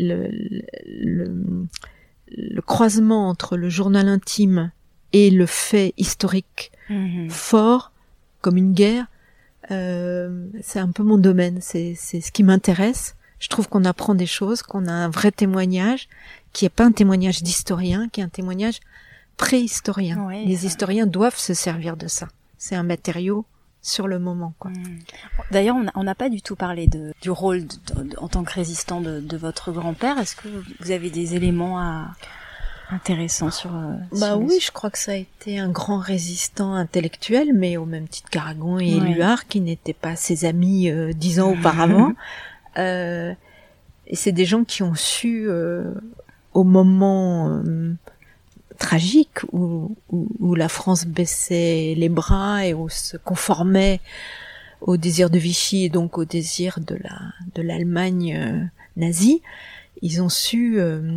le croisement entre le journal intime et le fait historique fort, comme une guerre, c'est un peu mon domaine, c'est ce qui m'intéresse. Je trouve qu'on apprend des choses, qu'on a un vrai témoignage, qui est pas un témoignage d'historien, qui est un témoignage préhistorien. Oui, les historiens doivent se servir de ça. C'est un matériau sur le moment, quoi. D'ailleurs, on n'a pas du tout parlé du rôle en tant que résistant de votre grand-père. Est-ce que vous avez des éléments intéressants sur oui, je crois que ça a été un grand résistant intellectuel, mais au même titre qu'Aragon et Éluard, qui n'étaient pas ses amis 10 ans auparavant. Et c'est des gens qui ont su, au moment tragique où la France baissait les bras et où se conformait au désir de Vichy et donc au désir de l'Allemagne nazie, ils ont su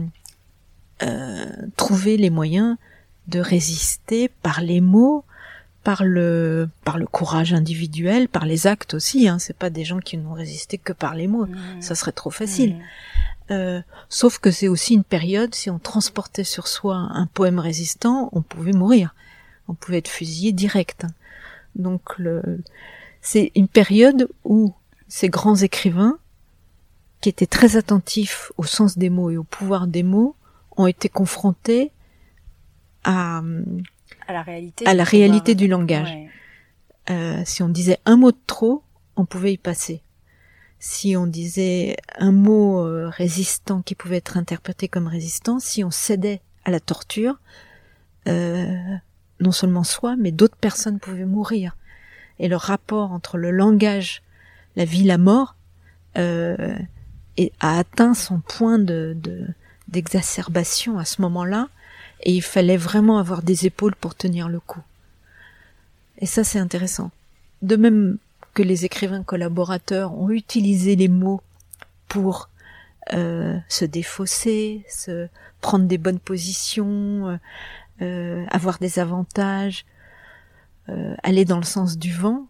trouver les moyens de résister par les mots, par le courage individuel, par les actes aussi, hein. C'est pas des gens qui n'ont résisté que par les mots, ça serait trop facile. Sauf que c'est aussi une période, si on transportait sur soi un poème résistant, on pouvait mourir, on pouvait être fusillé direct. Donc c'est une période où ces grands écrivains, qui étaient très attentifs au sens des mots et au pouvoir des mots, ont été confrontés à la réalité du langage. Ouais. Si on disait un mot de trop, on pouvait y passer. Si on disait un mot résistant qui pouvait être interprété comme résistant, si on cédait à la torture, non seulement soi, mais d'autres personnes pouvaient mourir. Et le rapport entre le langage, la vie, la mort, a atteint son point d'exacerbation à ce moment-là, et il fallait vraiment avoir des épaules pour tenir le coup. Et ça, c'est intéressant. De même que les écrivains collaborateurs ont utilisé les mots pour se défausser, se prendre des bonnes positions, avoir des avantages, aller dans le sens du vent,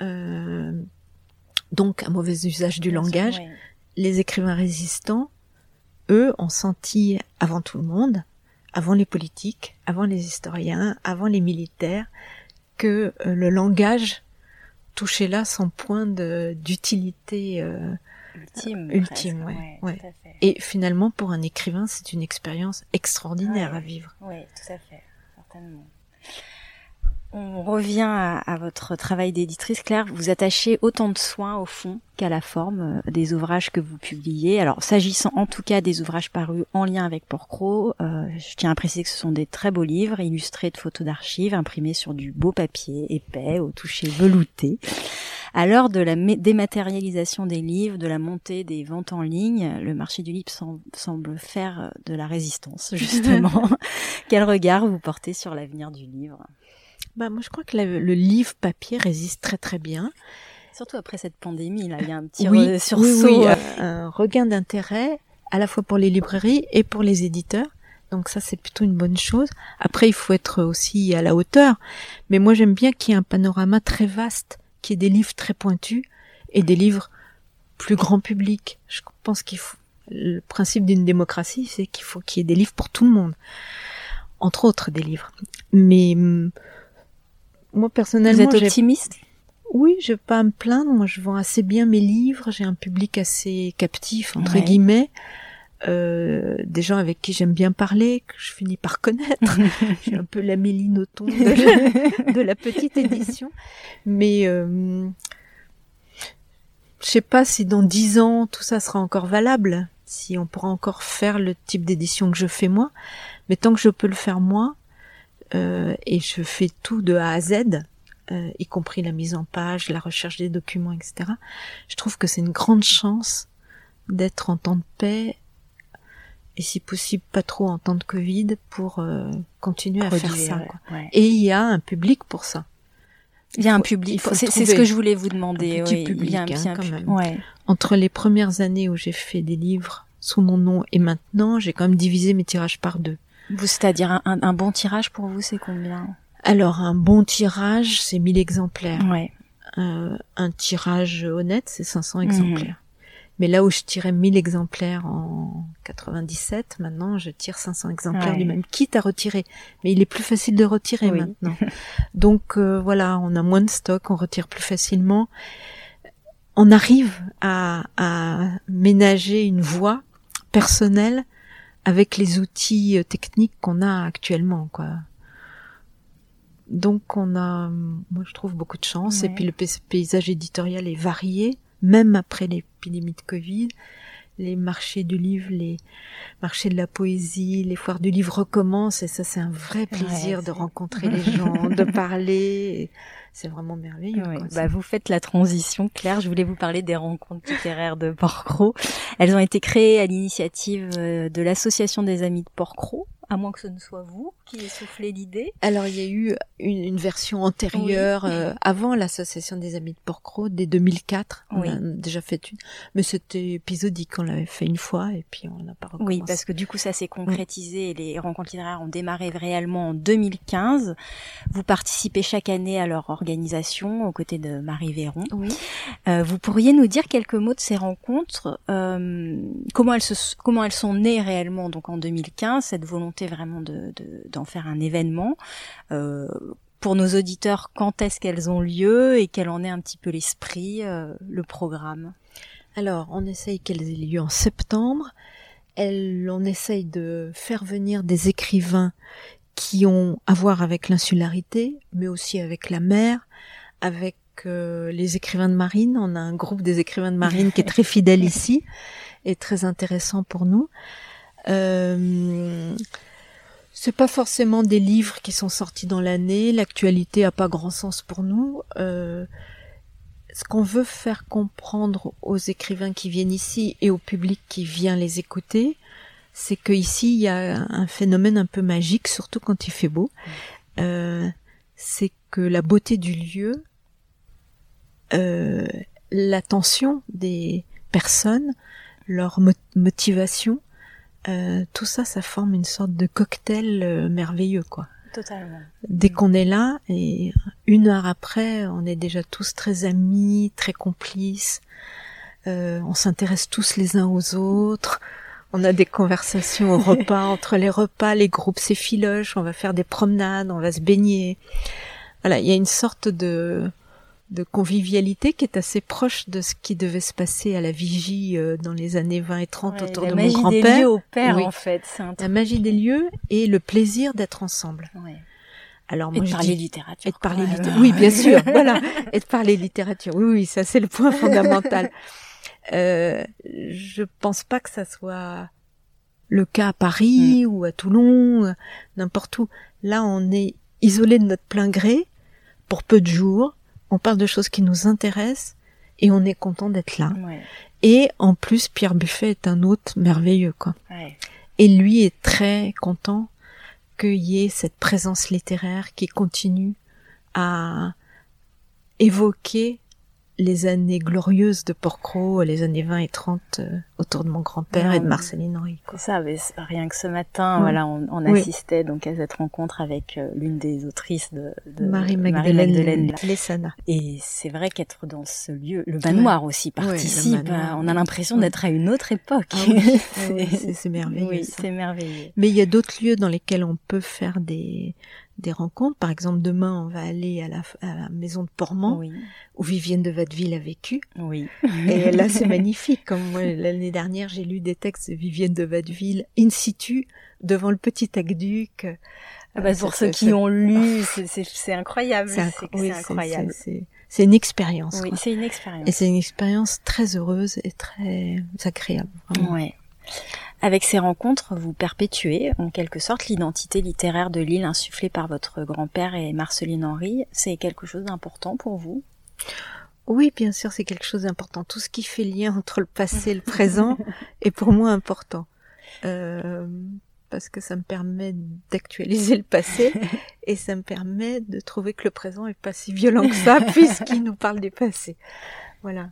donc un mauvais usage du langage. Oui. Les écrivains résistants, eux, ont senti avant tout le monde, avant les politiques, avant les historiens, avant les militaires, que le langage touchait là son point d'utilité ultime. Ouais. Tout à fait. Et finalement, pour un écrivain, c'est une expérience extraordinaire à vivre. Oui, tout à fait, certainement. On revient à votre travail d'éditrice, Claire. Vous attachez autant de soins au fond qu'à la forme des ouvrages que vous publiez. Alors, s'agissant en tout cas des ouvrages parus en lien avec Porquerolles, je tiens à préciser que ce sont des très beaux livres, illustrés de photos d'archives, imprimés sur du beau papier épais, au toucher velouté. À l'heure de la dématérialisation des livres, de la montée des ventes en ligne, le marché du livre semble faire de la résistance, justement. Quel regard vous portez sur l'avenir du livre ? Moi, je crois que le livre papier résiste très très bien. Surtout après cette pandémie, là, il y a un petit sursaut. Un regain d'intérêt, à la fois pour les librairies et pour les éditeurs. Donc ça, c'est plutôt une bonne chose. Après, il faut être aussi à la hauteur. Mais moi, j'aime bien qu'il y ait un panorama très vaste, qu'il y ait des livres très pointus et des livres plus grand public. Je pense le principe d'une démocratie, c'est qu'il faut qu'il y ait des livres pour tout le monde. Entre autres, des livres. Mais moi, personnellement... Vous êtes optimiste ? Oui, je vais pas me plaindre. Moi, je vends assez bien mes livres. J'ai un public assez captif, entre guillemets. Des gens avec qui j'aime bien parler, que je finis par connaître. Je suis un peu l'Amélie Nothomb de la petite édition. Mais je sais pas si dans 10 ans, tout ça sera encore valable. Si on pourra encore faire le type d'édition que je fais moi. Mais tant que je peux le faire moi, et je fais tout de A à Z, y compris la mise en page, la recherche des documents, etc. Je trouve que c'est une grande chance d'être en temps de paix et si possible pas trop en temps de Covid pour continuer à faire ça. Quoi. Ouais. Et il y a un public pour ça. Il y a un public. C'est ce que je voulais vous demander. Un petit public, il y a quand même. Ouais. Entre les premières années où j'ai fait des livres sous mon nom et maintenant, j'ai quand même divisé mes tirages par 2. C'est-à-dire un bon tirage pour vous, c'est combien ? Alors, un bon tirage, c'est 1000 exemplaires. Ouais. Un tirage honnête, c'est 500 exemplaires. Mais là où je tirais 1000 exemplaires en 97, maintenant, je tire 500 exemplaires du même, quitte à retirer. Mais il est plus facile de retirer maintenant. Donc, voilà, on a moins de stock, on retire plus facilement. On arrive à ménager une voie personnelle avec les outils techniques qu'on a actuellement, quoi. Donc moi je trouve beaucoup de chance. Et puis le paysage éditorial est varié, même après l'épidémie de Covid. Les marchés du livre, les marchés de la poésie, les foires du livre recommencent et ça c'est un vrai plaisir de rencontrer les gens, de parler. C'est vraiment merveilleux. Quoi, vous faites la transition, Claire. Je voulais vous parler des rencontres littéraires de Porquerolles. Elles ont été créées à l'initiative de l'association des amis de Porquerolles, à moins que ce ne soit vous qui ayez soufflé l'idée. Alors il y a eu une version antérieure avant l'association des amis de Porquerolles, dès 2004. On a déjà fait une, mais c'était épisodique. On l'avait fait une fois et puis on n'a pas recommencé. Oui, parce que du coup ça s'est concrétisé et les rencontres littéraires ont démarré réellement en 2015. Vous participez chaque année à leur organisation aux côtés de Marie Véron. Oui. Vous pourriez nous dire quelques mots de ces rencontres, comment elles sont nées réellement donc en 2015, cette volonté vraiment d'en faire un événement. Pour nos auditeurs, quand est-ce qu'elles ont lieu et quel en est un petit peu l'esprit, le programme? Alors, on essaye qu'elles aient lieu en septembre. On essaye de faire venir des écrivains qui ont à voir avec l'insularité, mais aussi avec la mer, avec les écrivains de marine. On a un groupe des écrivains de marine qui est très fidèle ici et très intéressant pour nous. C'est pas forcément des livres qui sont sortis dans l'année. L'actualité a pas grand sens pour nous. Ce qu'on veut faire comprendre aux écrivains qui viennent ici et au public qui vient les écouter, c'est que ici il y a un phénomène un peu magique, surtout quand il fait beau. C'est que la beauté du lieu, l'attention des personnes, leur motivation, tout ça, ça forme une sorte de cocktail merveilleux, quoi. Totalement. Dès qu'on est là, et 1 heure après, on est déjà tous très amis, très complices. On s'intéresse tous les uns aux autres. On a des conversations au repas, entre les repas, les groupes s'effilochent, on va faire des promenades, on va se baigner. Voilà, il y a une sorte de convivialité qui est assez proche de ce qui devait se passer à la Vigie dans les années 20 et 30 autour de mon grand-père. La magie des lieux au père, en fait. La magie des lieux et le plaisir d'être ensemble. Ouais. Alors moi, et de parler littérature. Et de parler oui, bien sûr, voilà. Et de parler littérature. Oui, ça c'est le point fondamental. Je pense pas que ça soit le cas à Paris ou à Toulon, n'importe où. Là, on est isolé de notre plein gré pour peu de jours. On parle de choses qui nous intéressent et on est content d'être là. Ouais. Et en plus, Pierre Buffet est un hôte merveilleux, quoi. Ouais. Et lui est très content qu'il y ait cette présence littéraire qui continue à évoquer les années glorieuses de Porquerolles, les années 20 et 30 autour de mon grand-père et de Marceline Henry. C'est ça, mais rien que ce matin, voilà, on assistait donc à cette rencontre avec l'une des autrices de Marie-Magdeleine Lessana. Et c'est vrai qu'être dans ce lieu, le manoir aussi participe, on a l'impression d'être à une autre époque. Ah oui, c'est merveilleux. Oui, c'est merveilleux. Mais il y a d'autres lieux dans lesquels on peut faire des rencontres. Par exemple, demain, on va aller à la maison de Portman, où Vivienne de Watteville a vécu. Oui. Et là, c'est magnifique. Comme moi, l'année dernière, j'ai lu des textes de Vivienne de Watteville in situ, devant le petit aqueduc. Pour ceux qui ont lu, c'est incroyable. C'est incroyable. C'est une expérience. Oui, c'est une expérience. Et c'est une expérience très heureuse et très agréable. Vraiment. Ouais. Avec ces rencontres, vous perpétuez, en quelque sorte, l'identité littéraire de Lille insufflée par votre grand-père et Marceline Henry. C'est quelque chose d'important pour vous? Oui, bien sûr, c'est quelque chose d'important. Tout ce qui fait lien entre le passé et le présent est pour moi important. Parce que ça me permet d'actualiser le passé et ça me permet de trouver que le présent est pas si violent que ça puisqu'il nous parle du passé. Voilà.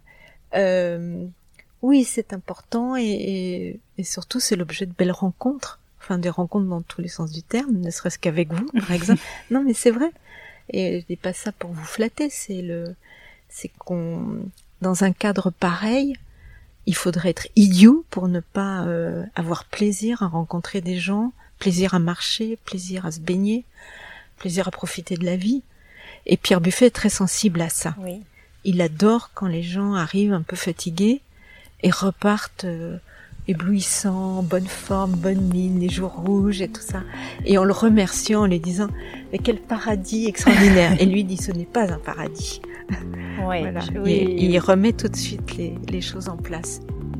Oui, c'est important et surtout c'est l'objet de belles rencontres, enfin des rencontres dans tous les sens du terme, ne serait-ce qu'avec vous, par exemple. Non, mais c'est vrai. Et je dis pas ça pour vous flatter, c'est qu'on, dans un cadre pareil, il faudrait être idiot pour ne pas avoir plaisir à rencontrer des gens, plaisir à marcher, plaisir à se baigner, plaisir à profiter de la vie. Et Pierre Buffet est très sensible à ça. Oui. Il adore quand les gens arrivent un peu fatigués et repartent éblouissants, bonne forme, bonne mine, les joues rouges et tout ça. Et en le remerciant, en lui disant « Mais quel paradis extraordinaire !» Et lui dit « Ce n'est pas un paradis. » Ouais, voilà. Il remet tout de suite les choses en place.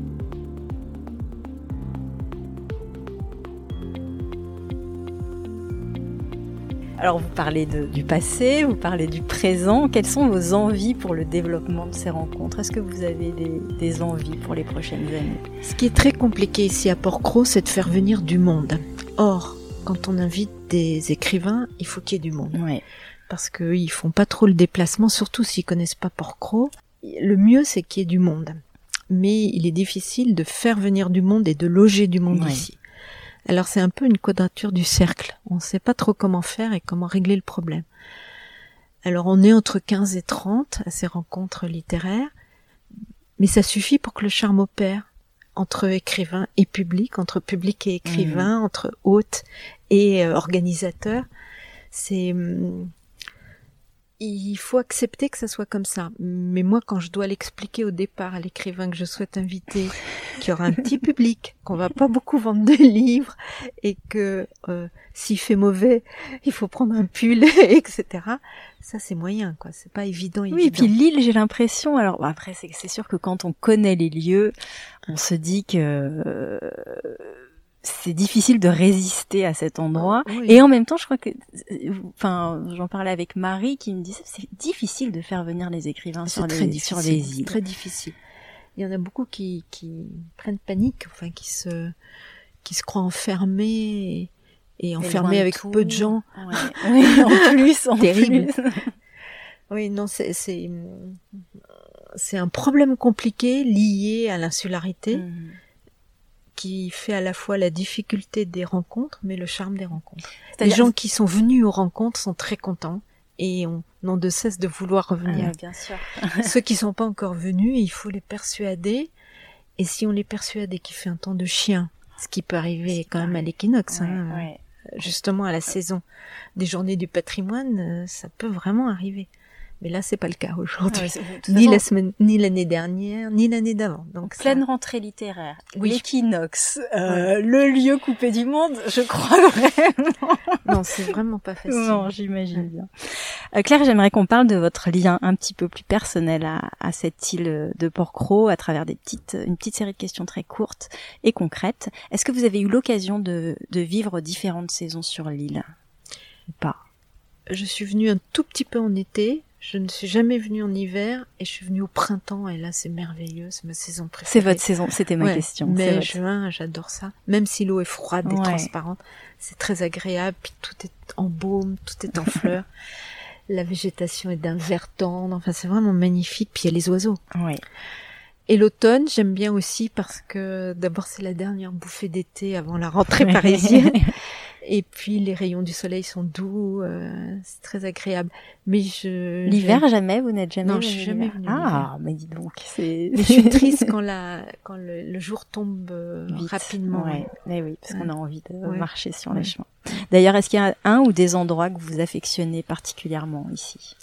Alors vous parlez du passé, vous parlez du présent. Quelles sont vos envies pour le développement de ces rencontres? Est-ce que vous avez des envies pour les prochaines années? Ce qui est très compliqué ici à Porquerolles, c'est de faire venir du monde. Or, quand on invite des écrivains, il faut qu'il y ait du monde. Ouais. Parce qu'ils font pas trop le déplacement, surtout s'ils connaissent pas Porquerolles. Le mieux, c'est qu'il y ait du monde. Mais il est difficile de faire venir du monde et de loger du monde ici. Alors c'est un peu une quadrature du cercle. On ne sait pas trop comment faire et comment régler le problème. Alors on est entre 15 et 30 à ces rencontres littéraires, mais ça suffit pour que le charme opère entre écrivains et public, entre public et écrivain, entre hôtes et organisateurs. Il faut accepter que ça soit comme ça. Mais moi, quand je dois l'expliquer au départ à l'écrivain que je souhaite inviter, qu'il y aura un petit public, qu'on va pas beaucoup vendre de livres, et que s'il fait mauvais, il faut prendre un pull, etc. Ça, c'est moyen, quoi. C'est pas évident. Oui, et puis Lille, j'ai l'impression. Alors après, c'est sûr que quand on connaît les lieux, on se dit que c'est difficile de résister à cet endroit. Oui. Et en même temps, je crois que, j'en parlais avec Marie qui me disait, c'est difficile de faire venir les écrivains sur les îles. C'est très difficile. Il y en a beaucoup qui prennent panique, qui se croient enfermés et enfermés avec peu de gens. Ouais. Oui, en plus, terrible. Oui, non, c'est un problème compliqué lié à l'insularité. Qui fait à la fois la difficulté des rencontres, mais le charme des rencontres. Les gens qui sont venus aux rencontres sont très contents et n'ont de cesse de vouloir revenir. Bien sûr. Ceux qui sont pas encore venus, il faut les persuader. Et si on les persuade et qu'il fait un temps de chien, ce qui peut arriver quand même à l'équinoxe, justement à la saison des journées du patrimoine, ça peut vraiment arriver. Mais là, c'est pas le cas aujourd'hui. Ni ni l'année dernière, ni l'année d'avant. Donc pleine rentrée littéraire, oui. L'équinoxe, le lieu coupé du monde, je crois vraiment. Non, c'est vraiment pas facile. Non, j'imagine bien. Claire, j'aimerais qu'on parle de votre lien un petit peu plus personnel à cette île de Porquerolles à travers une petite série de questions très courtes et concrètes. Est-ce que vous avez eu l'occasion de vivre différentes saisons sur l'île ou pas? Je suis venue un tout petit peu en été. Je ne suis jamais venue en hiver et je suis venue au printemps et là c'est merveilleux, c'est ma saison préférée. C'est votre saison, c'était ma question. Mai, juin, j'adore ça. Même si l'eau est froide et transparente, c'est très agréable. Puis tout est en baume, tout est en fleurs. La végétation est d'un vert tendre. Enfin, c'est vraiment magnifique. Puis il y a les oiseaux. Oui. Et l'automne, j'aime bien aussi parce que d'abord c'est la dernière bouffée d'été avant la rentrée parisienne. Et puis les rayons du soleil sont doux, c'est très agréable. Mais l'hiver jamais, vous n'êtes jamais. Non, je suis jamais venue. Ah, mais dis donc, Mais je suis triste quand le jour tombe rapidement. Mais oui, parce qu'on a envie de marcher sur les chemins. D'ailleurs, est-ce qu'il y a un ou des endroits que vous affectionnez particulièrement ici?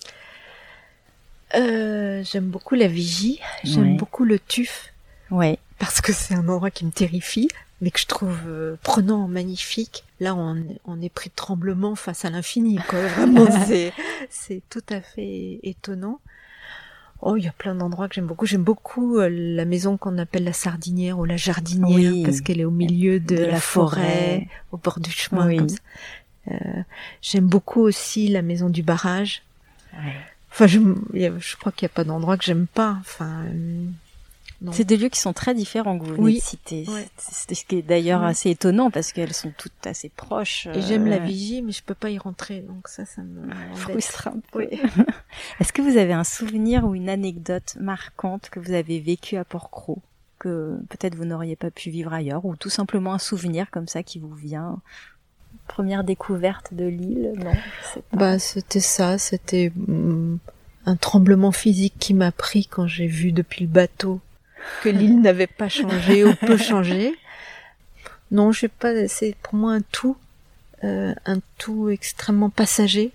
J'aime beaucoup la Vigie, j'aime beaucoup le Tuf. Ouais. Parce que c'est un endroit qui me terrifie, mais que je trouve prenant, magnifique. Là, on est pris de tremblement face à l'infini, quoi. Vraiment, c'est tout à fait étonnant. Oh, il y a plein d'endroits que j'aime beaucoup. J'aime beaucoup la maison qu'on appelle la Sardinière ou la Jardinière, parce qu'elle est au milieu de la forêt, au bord du chemin, comme ça. J'aime beaucoup aussi la maison du barrage. Ouais. Enfin, je crois qu'il n'y a pas d'endroit que j'aime pas. Enfin, non. C'est des lieux qui sont très différents que vous venez de citer. C'est ce qui est d'ailleurs assez étonnant parce qu'elles sont toutes assez proches. Et j'aime la Vigie, mais je peux pas y rentrer, donc ça me frustre un peu. Est-ce que vous avez un souvenir ou une anecdote marquante que vous avez vécue à Porquerolles que peut-être vous n'auriez pas pu vivre ailleurs, ou tout simplement un souvenir comme ça qui vous vient? Première découverte de l'île? Non, je sais pas. C'était un tremblement physique qui m'a pris quand j'ai vu depuis le bateau que l'île n'avait pas changé ou peu changé. Non, c'est pour moi un tout extrêmement passager,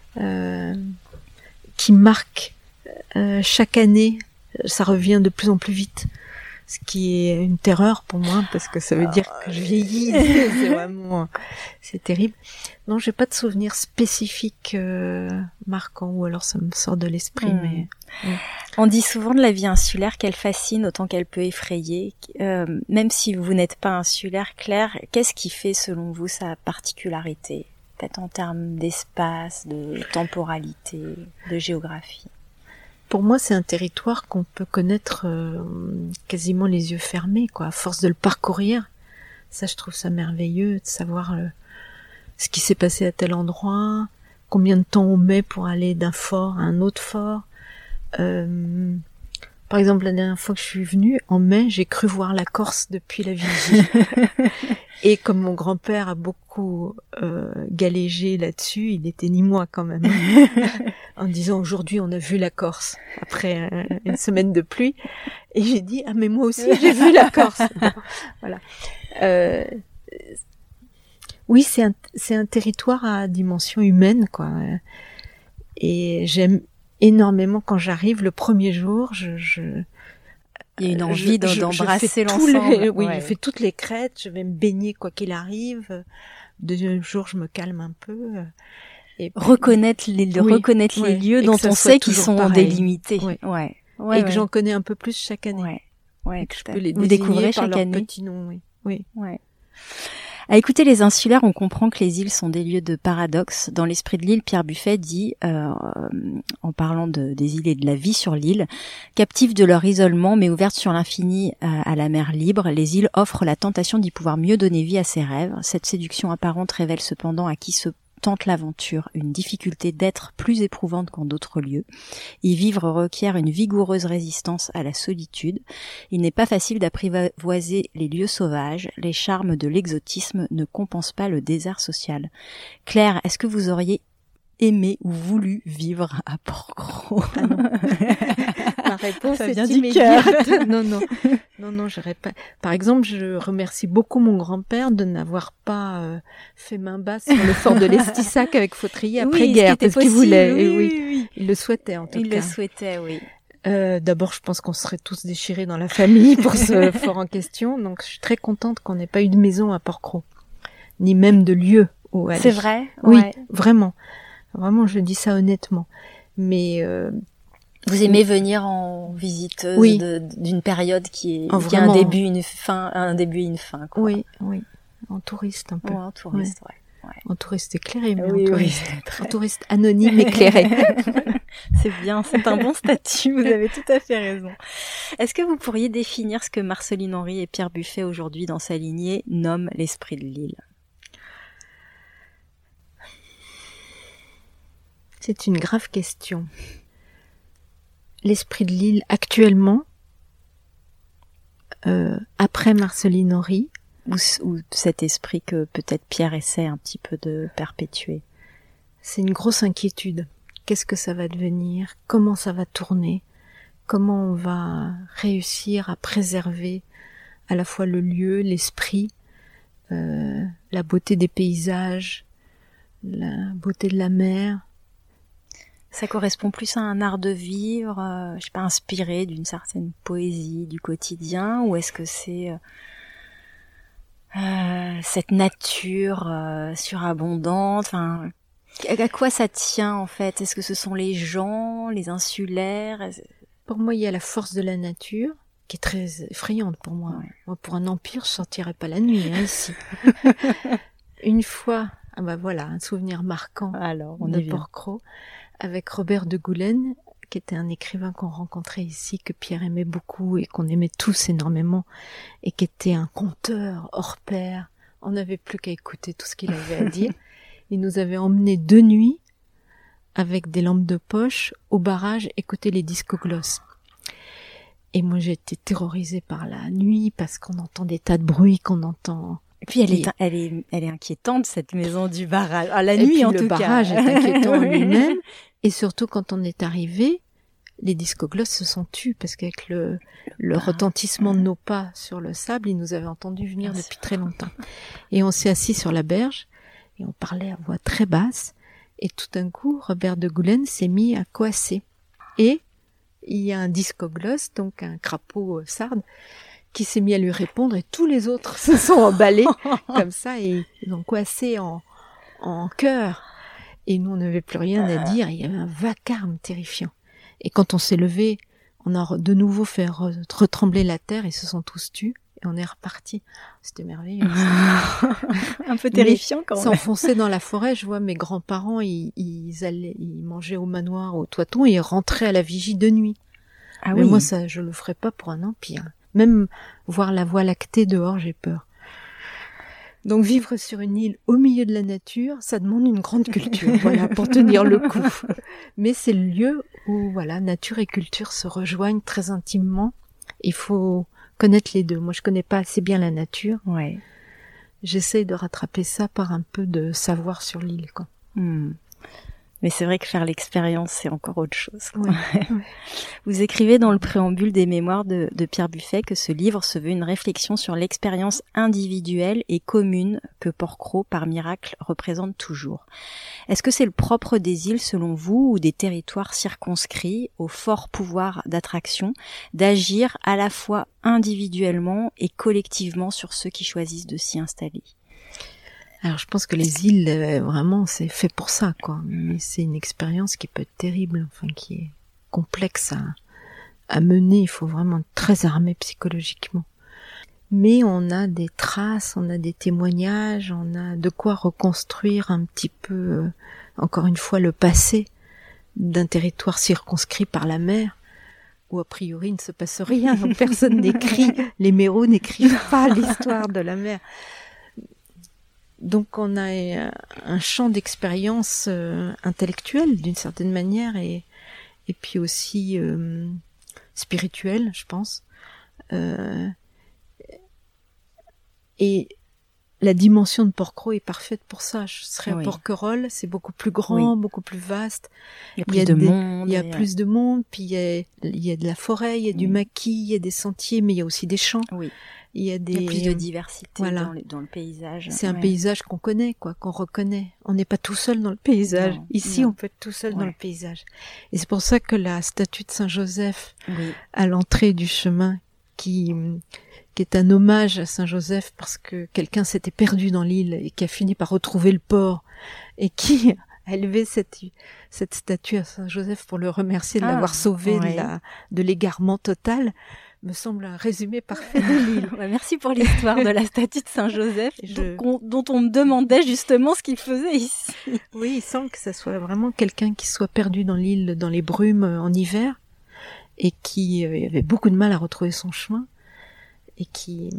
qui marque chaque année. Ça revient de plus en plus vite, ce qui est une terreur pour moi parce que ça veut dire que je vieillis. C'est terrible. Non, j'ai pas de souvenir spécifique marquant, ou alors ça me sort de l'esprit. Mais on dit souvent de la vie insulaire qu'elle fascine autant qu'elle peut effrayer. Même si vous n'êtes pas insulaire, Claire, qu'est-ce qui fait selon vous sa particularité, peut-être en termes d'espace, de temporalité, de géographie? Pour moi, c'est un territoire qu'on peut connaître quasiment les yeux fermés, quoi, à force de le parcourir. Ça, je trouve ça merveilleux de savoir ce qui s'est passé à tel endroit, combien de temps on met pour aller d'un fort à un autre fort. Par exemple, la dernière fois que je suis venue, en mai, j'ai cru voir la Corse depuis la Vigie. Et comme mon grand-père a beaucoup galégé là-dessus, il était ni moi quand même, en disant aujourd'hui on a vu la Corse après une semaine de pluie. Et j'ai dit mais moi aussi j'ai vu la Corse. Bon, voilà. Oui, c'est un territoire à dimension humaine, quoi. Et j'aime énormément quand j'arrive le premier jour. Il y a une envie d'embrasser l'ensemble. Je fais toutes les crêtes, je vais me baigner quoi qu'il arrive. Deuxième jour, je me calme un peu. Et reconnaître les lieux dont on sait qu'ils sont délimités. Et que j'en connais un peu plus chaque année. Et que je peux les découvrir chaque année. Petits noms, oui. À écouter les insulaires, on comprend que les îles sont des lieux de paradoxe. Dans l'esprit de l'île, Pierre Buffet dit, en parlant des îles et de la vie sur l'île, captives de leur isolement mais ouvertes sur l'infini à la mer libre, les îles offrent la tentation d'y pouvoir mieux donner vie à ses rêves. Cette séduction apparente révèle cependant à qui se tente l'aventure une difficulté d'être plus éprouvante qu'en d'autres lieux. Y vivre requiert une vigoureuse résistance à la solitude. Il n'est pas facile d'apprivoiser les lieux sauvages. Les charmes de l'exotisme ne compensent pas le désert social. Claire, est-ce que vous auriez aimé ou voulu vivre à Porquerolles? Ma réponse Ça est vient du immédiate. cœur. Non, j'aurais pas. Par exemple, je remercie beaucoup mon grand-père de n'avoir pas fait main basse sur le fort de l'Estissac avec Fautrier après-guerre, parce qu'il voulait. Oui. Il le souhaitait en tout Il cas. le souhaitait, oui. D'abord, je pense qu'on serait tous déchirés dans la famille pour ce fort en question, donc je suis très contente qu'on n'ait pas eu de maison à Port-Cros, ni même de lieu où aller. C'est vrai? Oui, Ouais. vraiment. Vraiment, je dis ça honnêtement. Mais Vous aimez venir en visiteuse Oui. d'une période qui a un vraiment. début, une fin, quoi. Oui. En touriste un peu. Ouais, en touriste, ouais. En touriste éclairé, mais Oui, en touriste. très. En touriste anonyme éclairé. C'est bien, c'est un bon statut, vous avez tout à fait raison. Est-ce que vous pourriez définir ce que Marceline Henry et Pierre Buffet aujourd'hui dans sa lignée nomment l'esprit de l'île? C'est une grave question. L'esprit de l'île actuellement, après Marceline Henry, ou cet esprit que peut-être Pierre essaie un petit peu de perpétuer? C'est une grosse inquiétude. Qu'est-ce que ça va devenir? Comment ça va tourner? Comment on va réussir à préserver à la fois le lieu, l'esprit, la beauté des paysages, la beauté de la mer? Ça correspond plus à un art de vivre, je sais pas, inspiré d'une certaine poésie du quotidien, ou est-ce que c'est cette nature surabondante? Enfin, à quoi ça tient en fait? Est-ce que ce sont les gens, les insulaires? Pour moi, il y a la force de la nature qui est très effrayante pour moi. Ouais. Moi, pour un empire, je sortirais pas la nuit ici. Une fois, un souvenir marquant de Port-Cros avec Robert de Goulaine, qui était un écrivain qu'on rencontrait ici, que Pierre aimait beaucoup et qu'on aimait tous énormément, et qui était un conteur hors pair. On n'avait plus qu'à écouter tout ce qu'il avait à dire. Il nous avait emmenés 2 nuits avec des lampes de poche au barrage écouter les discoglosses. Et moi, j'ai été terrorisée par la nuit parce qu'on entend des tas de bruits, qu'on entend. Et puis elle est inquiétante, cette maison du barrage. À la et nuit puis en tout cas. Le barrage est inquiétant en lui-même. Et surtout quand on est arrivé, les discoglosses se sont tus parce qu'avec le retentissement de nos pas sur le sable, ils nous avaient entendus venir depuis très longtemps. Et on s'est assis sur la berge et on parlait à voix très basse. Et tout d'un coup, Robert de Goulaine s'est mis à coasser. Et il y a un discoglosse, donc un crapaud sarde, qui s'est mis à lui répondre et tous les autres se sont emballés comme ça et ils ont coassé en chœur. Et nous, on n'avait plus rien à dire. Il y avait un vacarme terrifiant. Et quand on s'est levé, on a de nouveau fait retrembler la terre. Ils se sont tous tus et on est reparti. C'était merveilleux. Un peu terrifiant quand même. S'enfoncer dans la forêt, je vois mes grands-parents, ils mangeaient au manoir, au toiton et ils rentraient à la vigie de nuit. Ah mais oui. moi, ça, je le ferais pas pour un empire. Même voir la voie lactée dehors, j'ai peur. Donc vivre sur une île au milieu de la nature, ça demande une grande culture, voilà, pour tenir le coup. Mais c'est le lieu où, voilà, nature et culture se rejoignent très intimement. Il faut connaître les deux. Moi, je connais pas assez bien la nature. Ouais. J'essaie de rattraper ça par un peu de savoir sur l'île, quoi. Mais c'est vrai que faire l'expérience, c'est encore autre chose. Ouais. Vous écrivez dans le préambule des mémoires de Pierre Buffet que ce livre se veut une réflexion sur l'expérience individuelle et commune que Port-Cros, par miracle, représente toujours. Est-ce que c'est le propre des îles, selon vous, ou des territoires circonscrits au fort pouvoir d'attraction, d'agir à la fois individuellement et collectivement sur ceux qui choisissent de s'y installer? Alors je pense que les îles, vraiment, c'est fait pour ça, quoi. Mais c'est une expérience qui peut être terrible, enfin qui est complexe à mener. Il faut vraiment être très armé psychologiquement. Mais on a des traces, on a des témoignages, on a de quoi reconstruire un petit peu, encore une fois, le passé d'un territoire circonscrit par la mer, où a priori il ne se passe rien, personne n'écrit, les méros n'écrivent pas l'histoire de la mer. Donc on a un champ d'expérience intellectuelle d'une certaine manière et puis aussi spirituelle, je pense. Et la dimension de Porquerolles est parfaite pour ça. Je serais Oui. à Porquerolles, c'est beaucoup plus grand, Oui. beaucoup plus vaste. Il y a plus de monde. Il y a plus de monde, puis il y a de la forêt, il y a du Oui. maquis, il y a des sentiers, mais il y a aussi des champs. Oui. Il y a Il y a plus de diversité voilà. dans le paysage. C'est un Ouais. paysage qu'on connaît, quoi, qu'on reconnaît. On n'est pas tout seul dans le paysage. Non, Ici, non. on peut être tout seul Ouais. dans le paysage. Et c'est pour ça que la statue de Saint-Joseph Oui. à l'entrée du chemin, qui est un hommage à Saint-Joseph parce que quelqu'un s'était perdu dans l'île et qui a fini par retrouver le port et qui a élevé cette statue à Saint-Joseph pour le remercier de l'avoir sauvé ouais. de l'égarement total, me semble un résumé parfait de l'île. Ouais, merci pour l'histoire de la statue de Saint-Joseph, Je- dont on me demandait justement ce qu'il faisait ici. Oui, sans que ça soit vraiment quelqu'un qui soit perdu dans l'île, dans les brumes en hiver, et qui avait beaucoup de mal à retrouver son chemin, et qui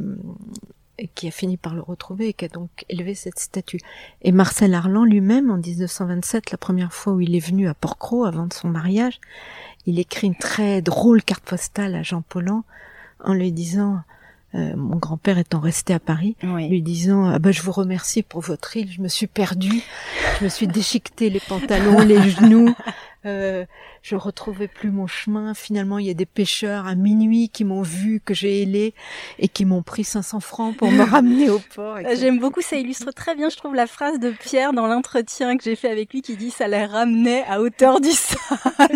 a fini par le retrouver, et qui a donc élevé cette statue. Et Marcel Arlan lui-même, en 1927, la première fois où il est venu à Porquerolles, avant de son mariage, il écrit une très drôle carte postale à Jean Paulhan, en lui disant... mon grand-père étant resté à Paris, Oui. lui disant ah ben je vous remercie pour votre île, je me suis perdue, je me suis déchiqueté les pantalons, les genoux, je retrouvais plus mon chemin. Finalement, il y a des pêcheurs à minuit qui m'ont vu, que j'ai hélé et qui m'ont pris 500 francs pour me ramener au port. etc. J'aime beaucoup, ça illustre très bien, je trouve, la phrase de Pierre dans l'entretien que j'ai fait avec lui qui dit « ça les ramenait à hauteur du sol Voilà. »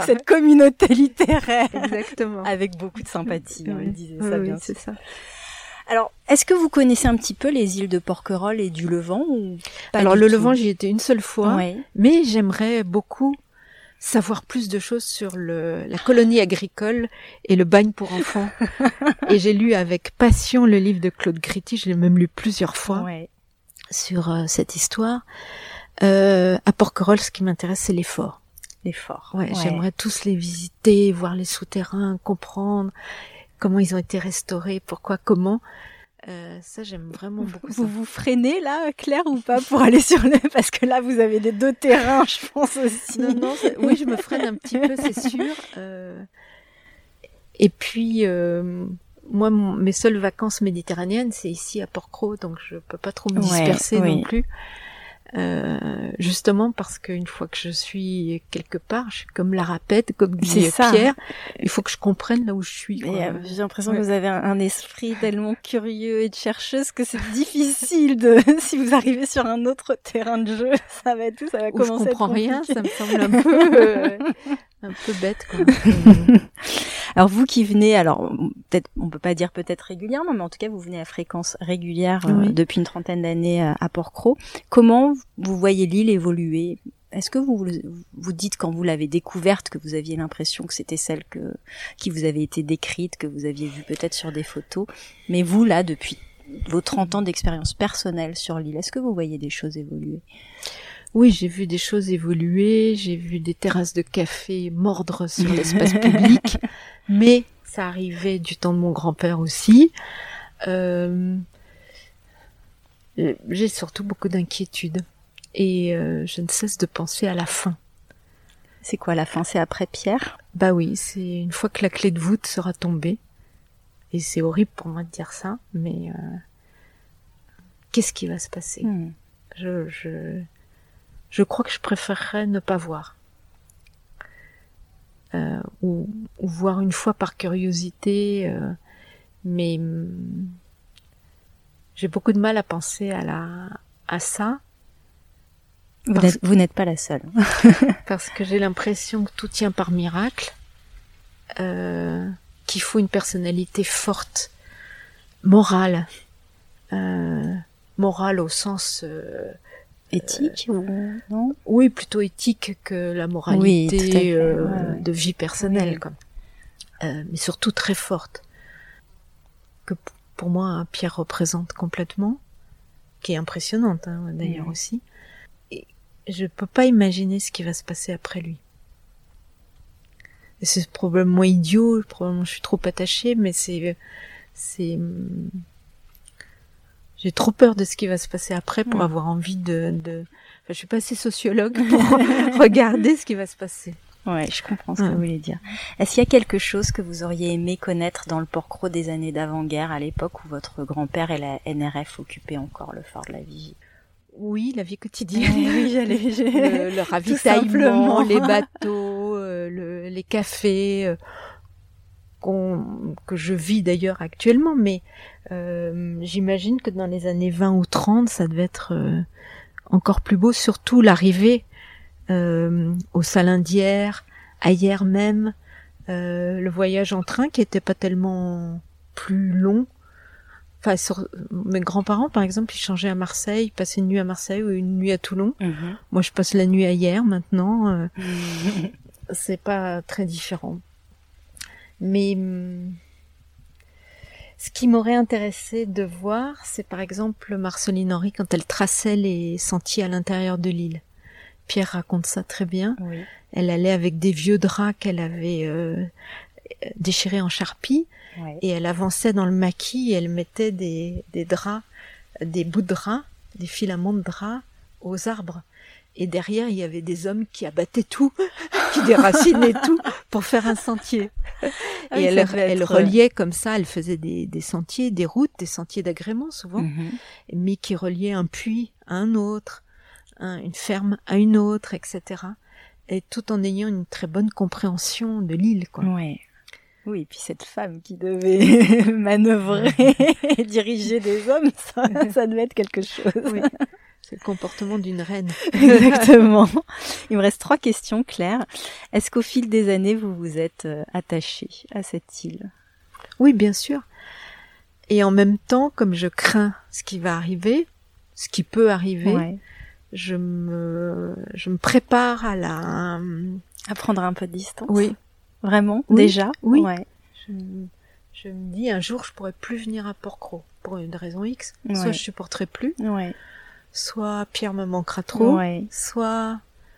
Cette communauté littéraire. Exactement. Avec beaucoup de sympathie, hein, Oui. il disait Oui, ça oui, bien c'est sûr. ça. Alors, est-ce que vous connaissez un petit peu les îles de Porquerolles et du Levant ou pas Alors du le tout? Levant, j'y étais une seule fois, Ouais. mais j'aimerais beaucoup savoir plus de choses sur la colonie agricole et le bagne pour enfants. Et j'ai lu avec passion le livre de Claude Gritty, je l'ai même lu plusieurs fois, Ouais. sur cette histoire. À Porquerolles, ce qui m'intéresse, c'est les forts. Les forts. Ouais, j'aimerais tous les visiter, voir les souterrains, comprendre comment ils ont été restaurés, pourquoi, comment. Ça, j'aime vraiment beaucoup ça. Vous vous freinez là, Claire, ou pas, pour aller sur le... Parce que là, vous avez des deux terrains, je pense aussi. Non, oui, je me freine un petit peu, c'est sûr. Et puis, moi, mes seules vacances méditerranéennes, c'est ici à Porquerolles, donc je peux pas trop me disperser oui. non plus. Justement parce qu'une fois que je suis quelque part, je suis comme la rapette, comme dit Pierre, il faut que je comprenne là où je suis. Quoi. J'ai l'impression que vous avez un esprit tellement curieux et de chercheuse que c'est difficile si vous arrivez sur un autre terrain de jeu, ça va commencer à être compliqué. Je comprends rien, ça me semble un peu bête, quoi. Alors vous qui venez, peut-être, on peut pas dire peut-être régulièrement, mais en tout cas vous venez à fréquence régulière oui. depuis une trentaine d'années à Porquerolles. Comment vous voyez l'île évoluer? Est-ce que vous dites quand vous l'avez découverte que vous aviez l'impression que c'était celle qui vous avait été décrite, que vous aviez vue peut-être sur des photos, mais vous là depuis vos 30 ans d'expérience personnelle sur l'île, est-ce que vous voyez des choses évoluer? Oui, j'ai vu des choses évoluer, j'ai vu des terrasses de café mordre sur l'espace public, mais ça arrivait du temps de mon grand-père aussi. J'ai surtout beaucoup d'inquiétudes et je ne cesse de penser à la fin. C'est quoi la fin? C'est après Pierre? Bah oui, c'est une fois que la clé de voûte sera tombée. Et c'est horrible pour moi de dire ça, mais qu'est-ce qui va se passer? Je crois que je préférerais ne pas voir. Ou voir une fois par curiosité, mais j'ai beaucoup de mal à penser à ça. Vous n'êtes pas la seule. Parce que j'ai l'impression que tout tient par miracle, qu'il faut une personnalité forte, morale au sens... éthique ou non? Oui, plutôt éthique que la moralité de vie personnelle, oui. quoi. Mais surtout très forte. Que pour moi, Pierre représente complètement, qui est impressionnante d'ailleurs aussi. Et je peux pas imaginer ce qui va se passer après lui. Et c'est probablement idiot, probablement je suis trop attachée, mais c'est j'ai trop peur de ce qui va se passer après pour avoir envie Enfin, je suis pas assez sociologue pour regarder ce qui va se passer. Ouais, je comprends ce que vous voulez dire. Est-ce qu'il y a quelque chose que vous auriez aimé connaître dans le Porquerolles des années d'avant-guerre, à l'époque où votre grand-père et la NRF occupaient encore le fort de la Vigie? Oui, la vie quotidienne. Oui, le ravitaillement, les bateaux, les cafés, que je vis d'ailleurs actuellement, mais j'imagine que dans les années 20 ou 30, ça devait être encore plus beau, surtout l'arrivée aux Salindières, à hier même, le voyage en train qui était pas tellement plus long. Enfin, mes grands-parents, par exemple, ils changeaient à Marseille, ils passaient une nuit à Marseille ou une nuit à Toulon. Moi, je passe la nuit à hier maintenant. C'est pas très différent. Mais ce qui m'aurait intéressé de voir, c'est par exemple Marceline Henry quand elle traçait les sentiers à l'intérieur de l'île. Pierre raconte ça très bien. Oui. Elle allait avec des vieux draps qu'elle avait déchirés en charpie, et elle avançait dans le maquis et elle mettait des draps, des bouts de draps, des filaments de draps aux arbres. Et derrière, il y avait des hommes qui abattaient tout, qui déracinaient tout pour faire un sentier. Et elle reliait comme ça, elle faisait des sentiers, des routes, des sentiers d'agrément souvent, mais qui reliaient un puits à un autre, une ferme à une autre, etc. Et tout en ayant une très bonne compréhension de l'île, quoi. Ouais. Oui, et puis cette femme qui devait manœuvrer et diriger des hommes, ça devait être quelque chose. Oui. C'est le comportement d'une reine. Exactement. Il me reste 3 questions, Claire. Est-ce qu'au fil des années, vous vous êtes attachée à cette île? Oui, bien sûr. Et en même temps, comme je crains ce qui va arriver, ce qui peut arriver, je me prépare à prendre un peu de distance. Oui. Vraiment? Oui. Déjà? Oui. Ouais. Je me dis, un jour, je pourrais plus venir à Porquerolles. Pour une raison X. Soit je supporterai plus. Ouais. Soit Pierre me manquera trop. Soit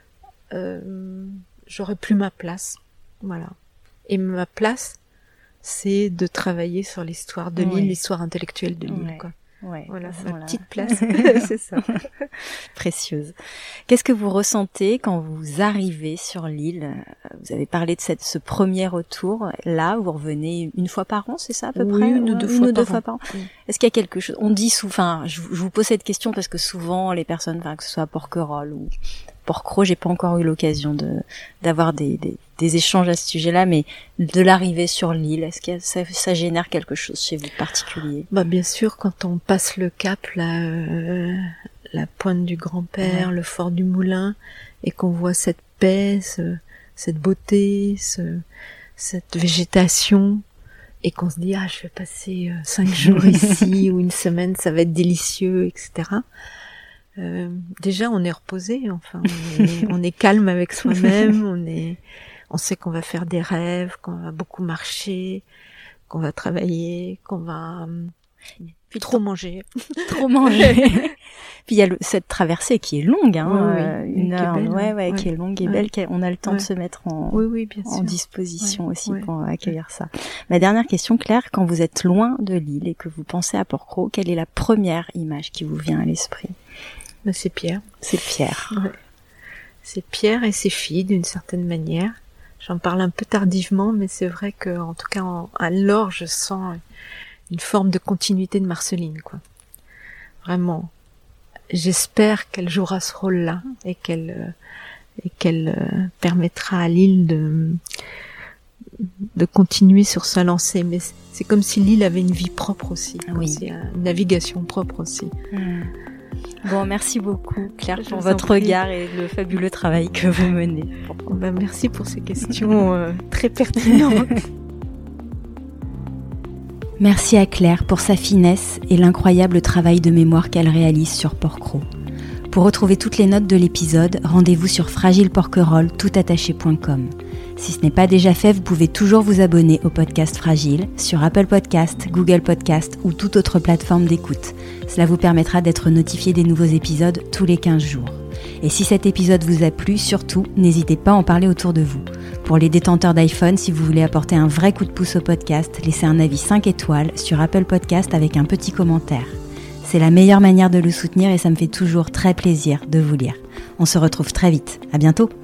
j'aurai plus ma place. Voilà. Et ma place, c'est de travailler sur l'histoire de l'île, l'histoire intellectuelle de l'île, quoi. Ouais, voilà, c'est ma petite place. C'est ça. Précieuse. Qu'est-ce que vous ressentez quand vous arrivez sur l'île? Vous avez parlé de ce premier retour. Là, vous revenez une fois par an, c'est ça à peu près? Une ou deux fois par an. Est-ce qu'il y a quelque chose? On dit souvent, je vous pose cette question parce que souvent les personnes, que ce soit à Porquerolles ou Porquerolles, j'ai pas encore eu l'occasion d'avoir des échanges à ce sujet-là, mais de l'arrivée sur l'île, est-ce que ça génère quelque chose chez vous de particulier? Bien sûr, quand on passe le cap, la pointe du Grand-Père, le fort du Moulin, et qu'on voit cette paix, cette beauté, cette végétation, et qu'on se dit, je vais passer 5 jours ici, ou une semaine, ça va être délicieux, etc. Déjà, on est reposé, enfin, on est calme avec soi-même, on sait qu'on va faire des rêves, qu'on va beaucoup marcher, qu'on va travailler, qu'on va trop manger. Trop manger. Puis il y a cette traversée qui est longue, une heure, belle, qui est longue et belle. On a le temps de se mettre en disposition aussi pour accueillir ça. Ma dernière question, Claire, quand vous êtes loin de l'île et que vous pensez à Porquerolles, quelle est la première image qui vous vient à l'esprit? C'est Pierre. C'est Pierre. Ouais. C'est Pierre et ses filles, d'une certaine manière. J'en parle un peu tardivement, mais c'est vrai que, en tout cas, alors, je sens une forme de continuité de Marceline, quoi. Vraiment. J'espère qu'elle jouera ce rôle-là et qu'elle permettra à l'île de continuer sur sa lancée. Mais c'est comme si l'île avait une vie propre aussi. Une navigation propre aussi. Bon, merci beaucoup, Claire, pour votre regard et le fabuleux travail que vous menez. Merci pour ces questions très pertinentes. Merci à Claire pour sa finesse et l'incroyable travail de mémoire qu'elle réalise sur Porquerolles. Pour retrouver toutes les notes de l'épisode, rendez-vous sur fragileporquerolles.com. Si ce n'est pas déjà fait, vous pouvez toujours vous abonner au podcast Fragile sur Apple Podcast, Google Podcast ou toute autre plateforme d'écoute. Cela vous permettra d'être notifié des nouveaux épisodes tous les 15 jours. Et si cet épisode vous a plu, surtout, n'hésitez pas à en parler autour de vous. Pour les détenteurs d'iPhone, si vous voulez apporter un vrai coup de pouce au podcast, laissez un avis 5 étoiles sur Apple Podcast avec un petit commentaire. C'est la meilleure manière de le soutenir et ça me fait toujours très plaisir de vous lire. On se retrouve très vite. À bientôt!